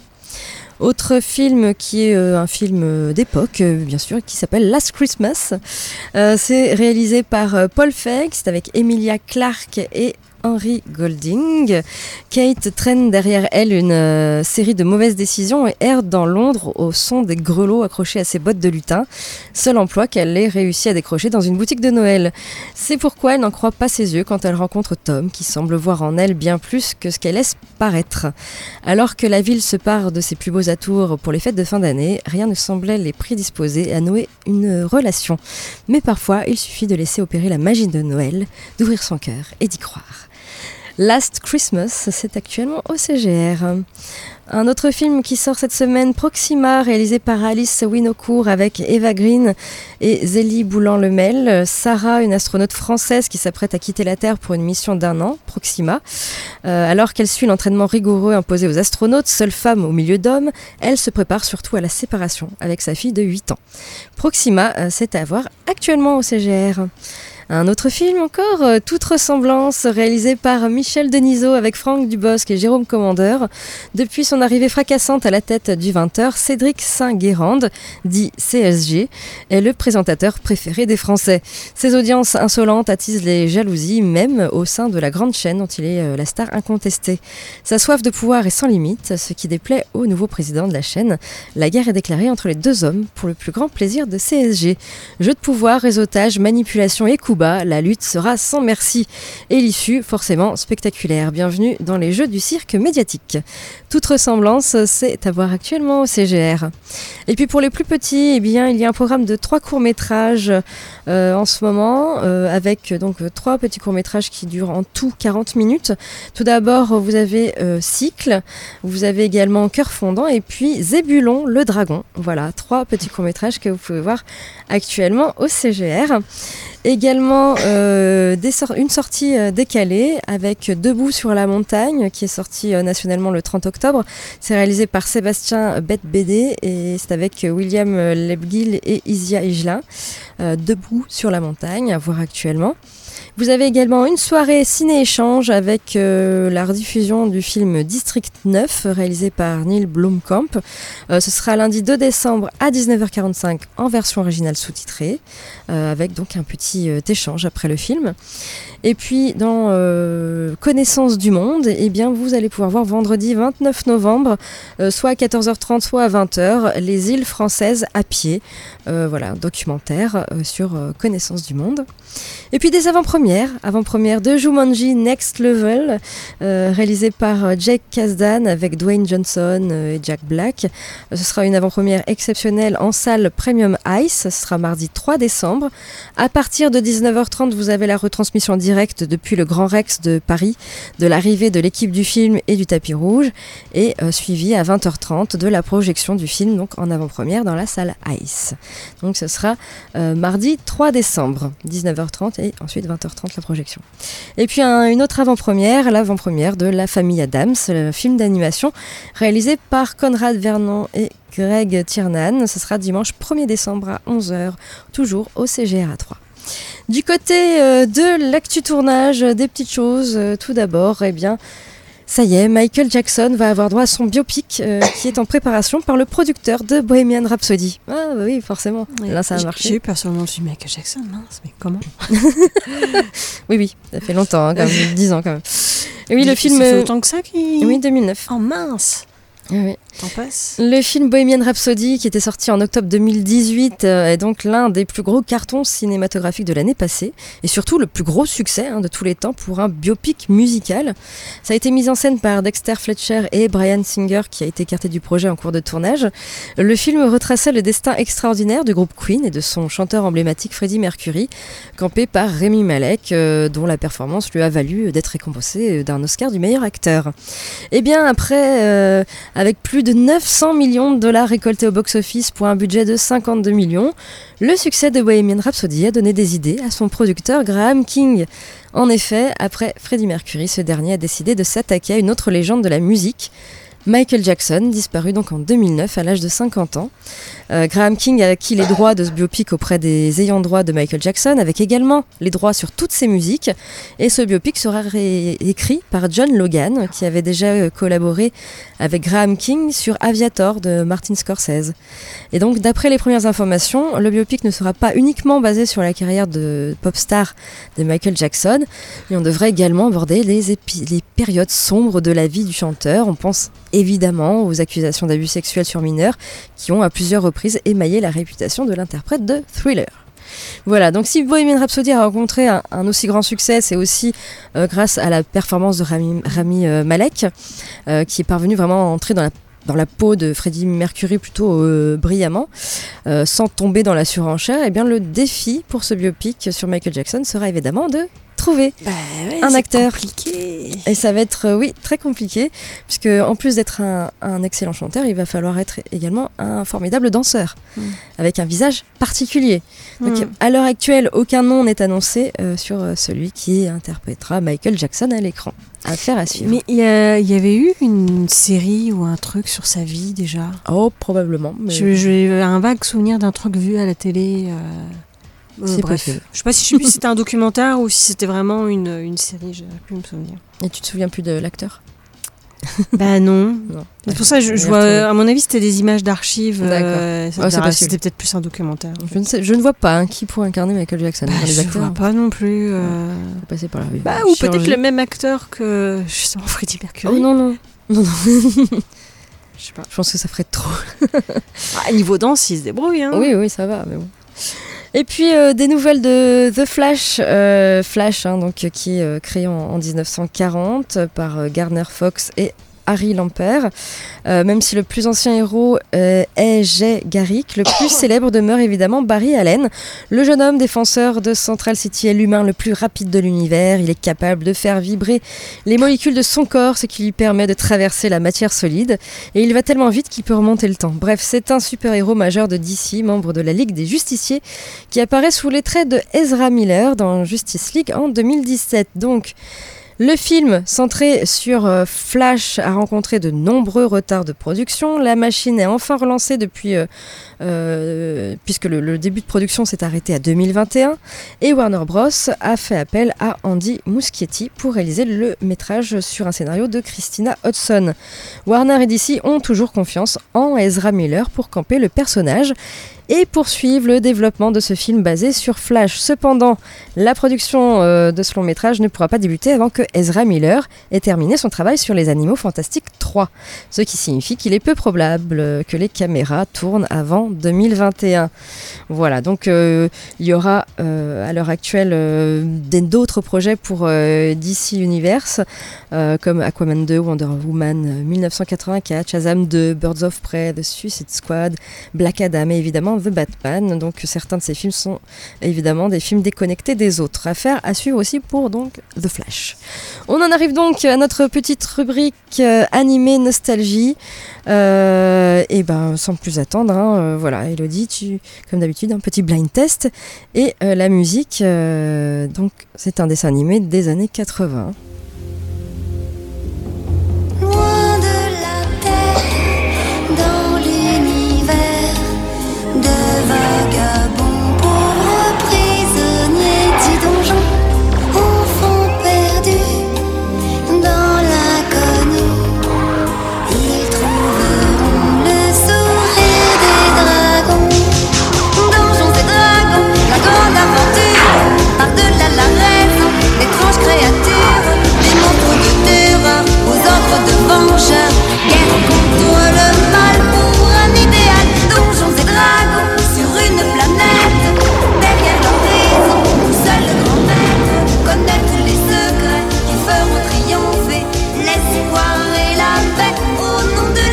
Autre film qui est euh, un film d'époque, euh, bien sûr, qui s'appelle Last Christmas. Euh, c'est réalisé par euh, Paul Feig, c'est avec Emilia Clarke et Henry Golding. Kate traîne derrière elle une euh, série de mauvaises décisions et erre dans Londres au son des grelots accrochés à ses bottes de lutin. Seul emploi qu'elle ait réussi à décrocher dans une boutique de Noël. C'est pourquoi elle n'en croit pas ses yeux quand elle rencontre Tom, qui semble voir en elle bien plus que ce qu'elle laisse paraître. Alors que la ville se pare de ses plus beaux atours pour les fêtes de fin d'année, rien ne semblait les prédisposer à nouer une relation. Mais parfois, il suffit de laisser opérer la magie de Noël, d'ouvrir son cœur et d'y croire. Last Christmas, c'est actuellement au C G R. Un autre film qui sort cette semaine, Proxima, réalisé par Alice Winocourt avec Eva Green et Zélie Boulan-Lemel. Sarah, une astronaute française qui s'apprête à quitter la Terre pour une mission d'un an, Proxima. Euh, alors qu'elle suit l'entraînement rigoureux imposé aux astronautes, seule femme au milieu d'hommes, elle se prépare surtout à la séparation avec sa fille de huit ans. Proxima, euh, c'est à voir actuellement au C G R. Un autre film encore, euh, Toute ressemblance, réalisé par Michel Denisot avec Franck Dubosc et Jérôme Commandeur. Depuis son arrivée fracassante à la tête du vingt heures, Cédric Saint-Guérande, dit C S G, est le présentateur préféré des Français. Ses audiences insolentes attisent les jalousies, même au sein de la grande chaîne dont il est euh, la star incontestée. Sa soif de pouvoir est sans limite, ce qui déplaît au nouveau président de la chaîne. La guerre est déclarée entre les deux hommes pour le plus grand plaisir de C S G. Jeu de pouvoir, réseautage, manipulation et coups bas, la lutte sera sans merci. Et l'issue, forcément spectaculaire. Bienvenue dans les jeux du cirque médiatique. Toute ressemblance, c'est à voir actuellement au C G R. Et puis pour les plus petits, eh bien, il y a un programme de trois courts-métrages euh, en ce moment, euh, avec donc trois petits courts-métrages qui durent en tout quarante minutes. Tout d'abord, vous avez euh, Cycle, vous avez également Cœur fondant et puis Zébulon le dragon. Voilà, trois petits courts-métrages que vous pouvez voir actuellement au C G R. Également euh, des sor- une sortie euh, décalée avec Debout sur la montagne qui est sortie euh, nationalement le trente octobre. C'est réalisé par Sébastien Bette-Bédé et c'est avec William Lebguil et Isia Higelin. Euh, Debout sur la montagne à voir actuellement. Vous avez également une soirée ciné-échange avec euh, la rediffusion du film District neuf réalisé par Neil Blomkamp. Euh, ce sera lundi deux décembre à dix-neuf heures quarante-cinq en version originale sous-titrée euh, avec donc un petit euh, échange après le film. Et puis dans euh, Connaissance du monde, eh bien, vous allez pouvoir voir vendredi vingt-neuf novembre, euh, soit à quatorze heures trente, soit à vingt heures, les îles françaises à pied. Euh, voilà, un documentaire euh, sur euh, Connaissance du monde. Et puis des avant-premières première, avant-première de Jumanji Next Level, euh, réalisée par Jake Kasdan avec Dwayne Johnson euh, et Jack Black. Euh, ce sera une avant-première exceptionnelle en salle Premium Ice, ce sera mardi trois décembre. À partir de dix-neuf heures trente, vous avez la retransmission directe depuis le Grand Rex de Paris de l'arrivée de l'équipe du film et du tapis rouge, et euh, suivi à vingt heures trente de la projection du film donc en avant-première dans la salle Ice. Donc ce sera euh, mardi trois décembre, dix-neuf heures trente et ensuite vingt heures trente la projection. Et puis un, une autre avant-première, l'avant-première de La Famille Addams, le film d'animation réalisé par Conrad Vernon et Greg Tiernan. Ce sera dimanche premier décembre à onze heures, toujours au C G R A trois. Du côté euh, de l'actu tournage, des petites choses, euh, tout d'abord, eh bien, ça y est, Michael Jackson va avoir droit à son biopic euh, qui est en préparation par le producteur de Bohemian Rhapsody. Ah bah oui, forcément, oui, là ça a marché.
J'ai eu peur sur le nom de Michael Jackson, mince, mais comment?
Oui, oui, ça fait longtemps, hein, quand même, dix ans quand même. Et oui, le film...
Ça fait longtemps que ça qu'il...
Oui, deux mille neuf.
Oh mince.
Oui.
T'en passes.
Le film Bohemian Rhapsody, qui était sorti en octobre deux mille dix-huit, euh, est donc l'un des plus gros cartons cinématographiques de l'année passée, et surtout le plus gros succès hein, de tous les temps pour un biopic musical. Ça a été mis en scène par Dexter Fletcher et Bryan Singer, qui a été écarté du projet en cours de tournage. Le film retraçait le destin extraordinaire du groupe Queen et de son chanteur emblématique Freddie Mercury, campé par Rami Malek, euh, dont la performance lui a valu d'être récompensé d'un Oscar du meilleur acteur. Et bien après, euh, avec plus de neuf cents millions de dollars récoltés au box-office pour un budget de cinquante-deux millions, le succès de Bohemian Rhapsody a donné des idées à son producteur Graham King. En effet, après Freddie Mercury, ce dernier a décidé de s'attaquer à une autre légende de la musique, Michael Jackson, disparu donc en deux mille neuf à l'âge de cinquante ans. Euh, Graham King a acquis les droits de ce biopic auprès des ayants droit de Michael Jackson, avec également les droits sur toutes ses musiques. Et ce biopic sera réécrit par John Logan, qui avait déjà collaboré avec Graham King sur Aviator de Martin Scorsese. Et donc, d'après les premières informations, le biopic ne sera pas uniquement basé sur la carrière de pop star de Michael Jackson, mais on devrait également aborder les, épi- les périodes sombres de la vie du chanteur. On pense évidemment aux accusations d'abus sexuels sur mineurs qui ont à plusieurs reprises émaillé la réputation de l'interprète de Thriller. Voilà, donc si Bohemian Rhapsody a rencontré un, un aussi grand succès, c'est aussi euh, grâce à la performance de Rami, Rami euh, Malek, euh, qui est parvenu vraiment à entrer dans la dans la peau de Freddie Mercury plutôt euh, brillamment, euh, sans tomber dans la surenchère. Et bien le défi pour ce biopic sur Michael Jackson sera évidemment de trouver
bah ouais,
un acteur.
Compliqué.
Et ça va être, euh, oui, très compliqué, puisque en plus d'être un, un excellent chanteur, il va falloir être également un formidable danseur, mm. avec un visage particulier. Donc mm. à l'heure actuelle, aucun nom n'est annoncé euh, sur euh, celui qui interprétera Michael Jackson à l'écran. Affaire à suivre.
Mais il y, y avait eu une série ou un truc sur sa vie déjà.
Oh, probablement. Mais...
Je, j'ai un vague souvenir d'un truc vu à la télé. Euh... Euh,
c'est
bref,
possible.
Je sais pas si je sais plus si c'était un documentaire ou si c'était vraiment une, une série, j'ai plus me souvenir.
Et tu te souviens plus de l'acteur?
Bah non.
non.
C'est pour ça que je, je vois, à mon avis, c'était des images d'archives. Euh,
oh, c'est
c'était peut-être plus un documentaire.
Je ne, sais, je ne vois pas hein, qui pourrait incarner Michael Jackson.
Bah,
dans les
je
acteurs.
vois pas non plus. Euh...
Passer par la rue.
Bah, ou peut-être le même acteur que justement Freddie Mercury.
Oh non non. non, non.
Je sais pas.
Je pense que ça ferait trop.
À niveau danse, il se débrouille. Hein.
Oui oui, ça va, mais bon. Et puis euh, des nouvelles de The Flash, euh, Flash hein, donc, qui est euh, créé en, en dix-neuf cent quarante par euh, Gardner Fox et Harry Lampert. Euh, même si le plus ancien héros euh, est Jay Garrick, le plus célèbre demeure évidemment Barry Allen. Le jeune homme défenseur de Central City est l'humain le plus rapide de l'univers. Il est capable de faire vibrer les molécules de son corps, ce qui lui permet de traverser la matière solide. Et il va tellement vite qu'il peut remonter le temps. Bref, c'est un super-héros majeur de D C, membre de la Ligue des Justiciers, qui apparaît sous les traits de Ezra Miller dans Justice League en deux mille dix-sept. Donc, le film, centré sur euh, Flash, a rencontré de nombreux retards de production. La machine est enfin relancée depuis, euh, euh, puisque le, le début de production s'est arrêté à deux mille vingt et un. Et Warner Bros. A fait appel à Andy Muschietti pour réaliser le métrage sur un scénario de Christina Hodson. Warner et D C ont toujours confiance en Ezra Miller pour camper le personnage et poursuivre le développement de ce film basé sur Flash. Cependant, la production euh, de ce long métrage ne pourra pas débuter avant que Ezra Miller ait terminé son travail sur Les Animaux Fantastiques trois, ce qui signifie qu'il est peu probable que les caméras tournent avant deux mille vingt et un. Voilà, donc euh, il y aura euh, à l'heure actuelle euh, des, d'autres projets pour euh, D C Universe, euh, comme Aquaman deux, Wonder Woman euh, dix-neuf cent quatre-vingt-quatre, Shazam deux, Birds of Prey, The Suicide Squad, Black Adam et évidemment The Batman. Donc certains de ces films sont évidemment des films déconnectés des autres. Affaire à suivre aussi pour donc The Flash. On en arrive donc à notre petite rubrique euh, animé nostalgie. Euh, et ben sans plus attendre, hein, euh, voilà, Elodie, tu, comme d'habitude, un petit blind test et euh, la musique. Euh, donc c'est un dessin animé des années quatre-vingts.
Loin de la terre, dans l'univers de vagabonds, pauvres prisonniers du donjon, au fond perdus dans l'inconnu, ils trouveront le sourire des dragons. Donjons et dragons, la grande aventure, par-delà la raison, l'étrange créature, les monstres de terreur, aux ordres de vengeurs, guerre contre le mal pour un idéal. Donjons et dragons, sur une planète, derrière l'horizon, seul le grand maître connaît tous les secrets qui feront triompher l'espoir et la paix au nom de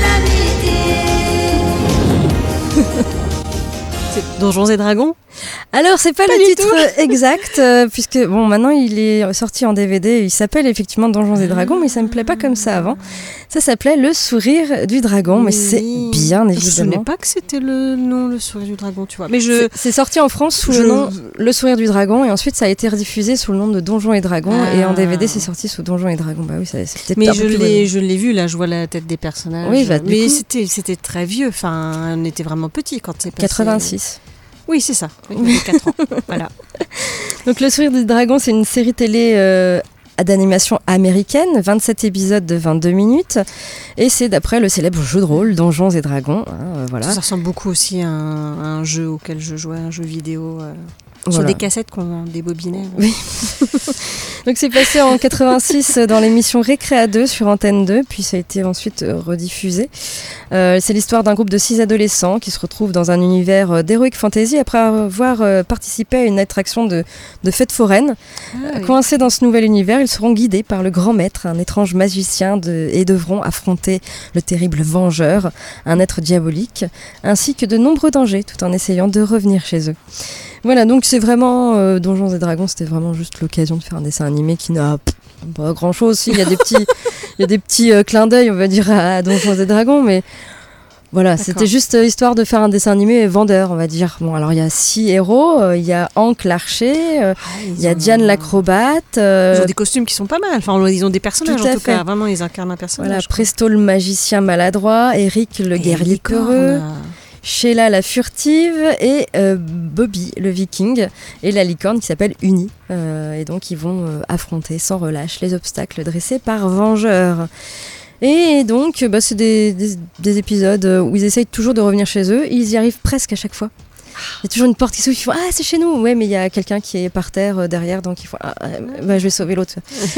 l'amitié.
C'est Donjons et Dragons ?
Alors, c'est pas,
Pas
le
du
titre
tout.
exact, euh, puisque bon, maintenant il est sorti en D V D, il s'appelle effectivement Donjons et Dragons, mais ça me plaît pas comme ça avant. Ça s'appelait Le Sourire du Dragon, mais c'est bien
Je ne
évidemment.
savais pas que c'était le nom, Le Sourire du Dragon, tu vois. Mais je...
C'est, c'est sorti en France sous
je-
le nom Le Sourire du Dragon, et ensuite ça a été rediffusé sous le nom de Donjons et Dragons,
Ah.
et en D V D c'est sorti sous Donjons et Dragons. Bah oui, ça, c'est peut-être
Mais
un
je
peu plus
l'ai,
connu.
je l'ai vu, là, je vois la tête des personnages.
Oui, bah, du
mais
coup-
c'était, c'était très vieux, enfin, on était vraiment petits quand c'est passé.
quatre-vingt-six.
Oui, c'est ça, oui, j'avais quatre ans, voilà.
Donc Le Sourire du Dragon, c'est une série télé euh, d'animation américaine, vingt-sept épisodes de vingt-deux minutes, et c'est d'après le célèbre jeu de rôle Donjons et Dragons. Hein, euh, voilà.
Ça ressemble beaucoup aussi à un, à un jeu auquel je jouais, un jeu vidéo, euh, sur
Voilà.
des cassettes qu'on débobinait.
Oui. Donc c'est passé en quatre-vingt-six dans l'émission Récréa deux sur Antenne deux, puis ça a été ensuite euh, rediffusé. Euh, c'est l'histoire d'un groupe de six adolescents qui se retrouvent dans un univers euh, d'heroic fantasy après avoir euh, participé à une attraction de, de fête foraine.
Ah, oui.
Coincés dans ce nouvel univers, ils seront guidés par le grand maître, un étrange magicien, de, et devront affronter le terrible vengeur, un être diabolique, ainsi que de nombreux dangers, tout en essayant de revenir chez eux. Voilà, donc c'est vraiment euh, Donjons et Dragons, c'était vraiment juste l'occasion de faire un dessin animé qui n'a pff, pas grand chose. Si, il y a des petits, il y a des petits euh, clins d'œil, on va dire, à Donjons et Dragons, mais voilà,
D'accord.
c'était juste euh, histoire de faire un dessin animé vendeur, on va dire. Bon, alors il y a six héros, euh, il y a Hank l'archer, euh,
Ah,
il y a
ont-
Diane l'acrobate. euh,
Ils ont des costumes qui sont pas mal, enfin, ils ont des personnages
Tout à
en tout
fait.
cas, vraiment, ils incarnent un personnage.
Voilà,
je crois.
Presto le magicien maladroit, Eric le
Et
guerrier
licorne,
peureux,
euh,
Sheila la furtive et euh, Bobby le viking et la licorne qui s'appelle Uni. Euh, et donc ils vont euh, affronter sans relâche les obstacles dressés par Vengeur. Et donc bah, c'est des, des, des épisodes où ils essayent toujours de revenir chez eux. Ils y arrivent presque à chaque fois. Il y a toujours une porte qui s'ouvre, ils font « Ah, c'est chez nous !» Ouais, mais il y a quelqu'un qui est par terre euh, derrière, donc il faut ah, euh, bah, je vais sauver l'autre.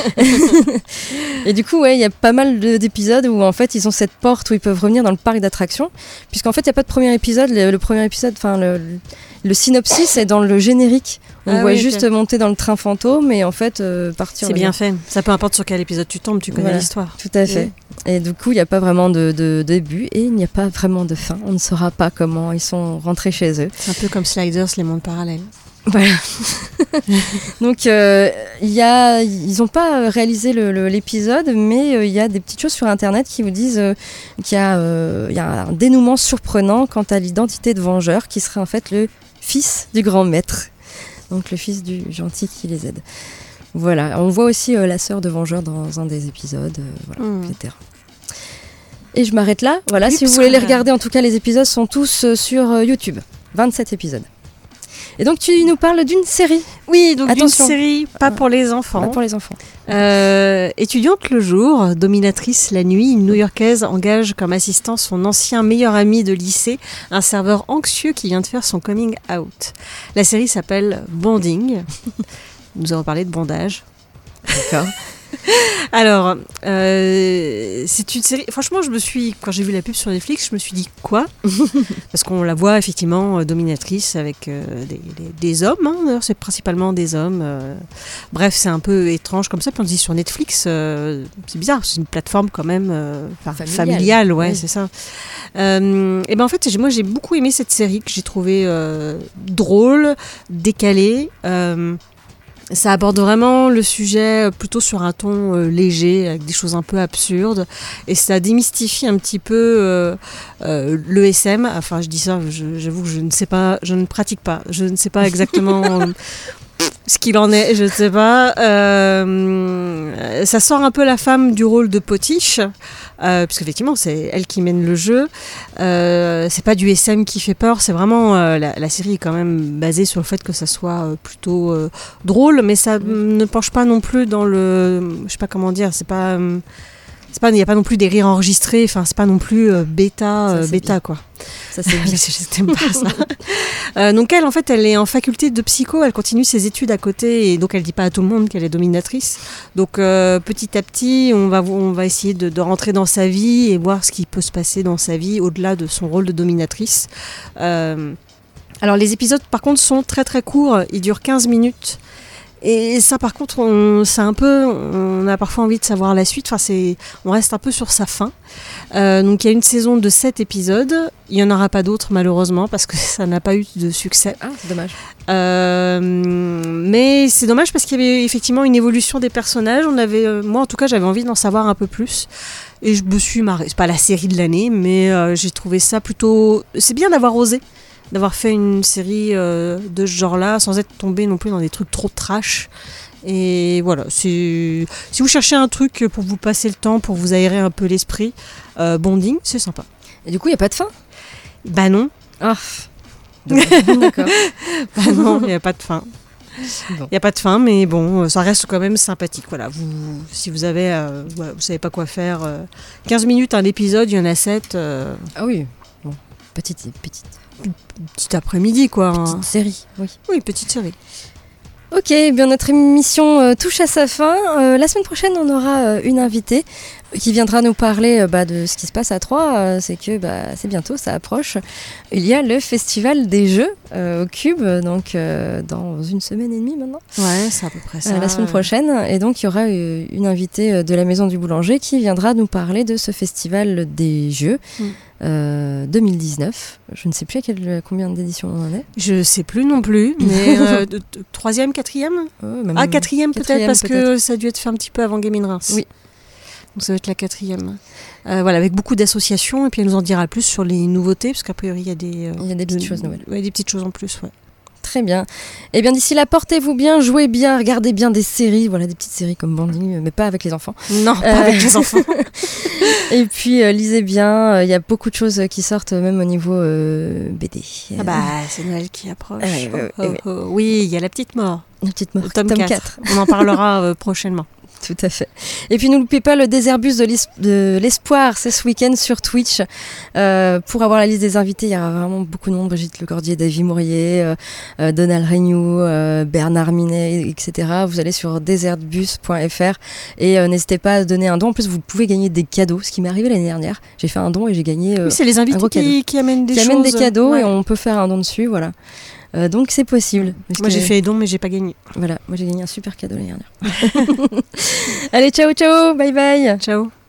Et du coup, ouais, il y a pas mal de- d'épisodes où en fait ils ont cette porte où ils peuvent revenir dans le parc d'attractions, puisqu'en fait il n'y a pas de premier épisode. Le, le premier épisode, enfin le, le, le synopsis est dans le générique. On
Ah
voit
oui, ok.
juste monter dans le train fantôme et en fait euh, partir.
C'est
là-bas.
bien fait. Ça peu importe sur quel épisode tu tombes, tu connais
Voilà,
l'histoire.
Tout à fait. Et du coup, il n'y a pas vraiment de, de début et il n'y a pas vraiment de fin. On ne saura pas comment ils sont rentrés chez eux.
C'est un peu comme Sliders, les mondes parallèles.
Voilà. Donc, euh, il y a, ils n'ont pas réalisé le- le- l'épisode, mais euh, il y a des petites choses sur Internet qui vous disent euh, qu'il y a, euh, il y a un dénouement surprenant quant à l'identité de Vengeur, qui serait en fait le fils du grand maître. Donc, le fils du gentil qui les aide. Voilà. On voit aussi euh, la sœur de Vengeur dans un des épisodes, euh, voilà,
Mm.
et cetera. Et je m'arrête là. Voilà,
Oui,
si vous
parce
voulez
qu'on
les
a-
regarder, en tout cas, les épisodes sont tous euh, sur euh, YouTube. vingt-sept épisodes. Et donc, tu nous parles d'une série.
Oui, donc d'une
Attention.
série pas pour les enfants.
Pas pour les enfants.
Euh, étudiante le jour, dominatrice la nuit, une New-Yorkaise engage comme assistant son ancien meilleur ami de lycée, un serveur anxieux qui vient de faire son coming out. La série s'appelle Bonding. Nous avons parlé de bondage.
D'accord.
Alors, euh, c'est une série. Franchement, je me suis, quand j'ai vu la pub sur Netflix, je me suis dit quoi ? Parce qu'on la voit effectivement euh, dominatrice avec euh, des, des, des hommes. Hein, d'ailleurs, c'est principalement des hommes. Euh, bref, c'est un peu étrange comme ça. Puis on se dit sur Netflix, euh, c'est bizarre. C'est une plateforme quand même euh, familiale. familiale, ouais, oui. C'est ça. Euh, et ben en fait, j'ai, moi, j'ai beaucoup aimé cette série que j'ai trouvée euh, drôle, décalée. Euh, Ça aborde vraiment le sujet plutôt sur un ton euh, léger, avec des choses un peu absurdes. Et ça démystifie un petit peu euh, euh, l'E S M. Enfin, je dis ça, je, j'avoue que je ne sais pas, je ne pratique pas. Je ne sais pas exactement euh, ce qu'il en est, je ne sais pas. Euh, ça sort un peu la femme du rôle de potiche. Euh, parce qu'effectivement, c'est elle qui mène le jeu. Euh, c'est pas du S M qui fait peur, c'est vraiment euh, la, la série est quand même basée sur le fait que ça soit euh, plutôt euh, drôle, mais ça mmh. ne penche pas non plus dans le, je sais pas comment dire, c'est pas, euh, c'est pas, il y a pas non plus des rires enregistrés, enfin c'est pas non plus euh, bêta, euh, ça, bêta bien. Quoi.
Ça c'est bien.
J'aime pas ça. Euh, donc elle, en fait, elle est en faculté de psycho, elle continue ses études à côté, et donc elle dit pas à tout le monde qu'elle est dominatrice. Donc euh, petit à petit, on va, on va essayer de, de rentrer dans sa vie et voir ce qui peut se passer dans sa vie au-delà de son rôle de dominatrice. Euh, alors les épisodes, par contre, sont très très courts, ils durent quinze minutes. Et ça, par contre, on, c'est un peu, on a parfois envie de savoir la suite. Enfin, c'est, on reste un peu sur sa fin. Euh, donc, il y a une saison de sept épisodes. Il n'y en aura pas d'autres, malheureusement, parce que ça n'a pas eu de succès.
Ah, c'est dommage.
Euh, mais c'est dommage parce qu'il y avait effectivement une évolution des personnages. On avait, euh, moi, en tout cas, j'avais envie d'en savoir un peu plus. Et je me suis marrée. C'est pas la série de l'année, mais euh, j'ai trouvé ça plutôt. C'est bien d'avoir osé. D'avoir fait une série euh, de ce genre-là, sans être tombé non plus dans des trucs trop trash. Et voilà, c'est... si vous cherchez un truc pour vous passer le temps, pour vous aérer un peu l'esprit, euh, Bonding, c'est sympa.
Et du coup, il n'y a pas de fin ?
Bah non.
Ah, d'accord.
Bah non, il n'y a pas de fin. Il bon. n'y a pas de fin, mais bon, ça reste quand même sympathique. Voilà, vous, si vous avez, euh, voilà, vous savez pas quoi faire, euh, quinze minutes un épisode, il y en a sept. Euh...
Ah oui, bon, petite, petite.
Petit après-midi, quoi.
Petite
hein.
série, oui.
Oui, petite série.
Ok, bien notre émission euh, touche à sa fin. Euh, la semaine prochaine, on aura euh, une invitée qui viendra nous parler euh, bah, de ce qui se passe à Troyes. Euh, c'est que bah, c'est bientôt, ça approche. Il y a le Festival des Jeux euh, au Cube, donc euh, dans une semaine et demie maintenant.
Ouais, c'est à peu près ça.
Euh, la semaine prochaine. Et donc, il y aura euh, une invitée de la Maison du Boulanger qui viendra nous parler de ce Festival des Jeux. Mm. Euh, deux mille dix-neuf, je ne sais plus à quel, combien d'éditions on en est.
Je sais plus non plus, mais euh, de, de, troisième, quatrième
euh,
Ah, quatrième,
quatrième
peut-être, parce
peut-être.
que ça a dû être fait un petit peu avant Game in Reims.
Oui.
Donc ça va être la quatrième. Euh, voilà, avec beaucoup d'associations, et puis elle nous en dira plus sur les nouveautés, parce qu'a priori il y a des... Euh,
il y a des petites
de,
choses nouvelles.
Ouais, des petites choses en plus, ouais.
Très bien. Et bien d'ici là, portez-vous bien, jouez bien, regardez bien des séries, voilà des petites séries comme Bonding, mais pas avec les enfants.
Non, pas euh... avec les enfants.
Et puis euh, lisez bien, il euh, y a beaucoup de choses qui sortent même au niveau euh, B D.
Ah bah c'est Noël qui approche.
Euh, euh,
oh, oh, oh. Oui, il y a la petite mort.
La petite mort.
Tome,
Tome
quatre.
quatre.
On en parlera euh, prochainement.
Tout à fait. Et puis n'oubliez pas le Déserbus de, l'es- de l'espoir, c'est ce week-end sur Twitch. Euh, pour avoir la liste des invités, il y aura vraiment beaucoup de monde. Brigitte Lecordier, David Mourier, euh, euh, Donald Regnoux, euh, Bernard Minet, et cetera. Vous allez sur déserbus point f r et euh, n'hésitez pas à donner un don. En plus, vous pouvez gagner des cadeaux, ce qui m'est arrivé l'année dernière. J'ai fait un don et j'ai gagné euh,
oui, c'est les invités
un gros cadeau.
Qui, qui amènent des
qui
choses.
amènent des cadeaux
ouais.
Et on peut faire un don dessus, voilà. Euh, donc c'est possible.
Moi j'ai fait les dons mais j'ai pas gagné.
Voilà, moi j'ai gagné un super cadeau l'année dernière. Allez, ciao ciao, bye bye.
Ciao.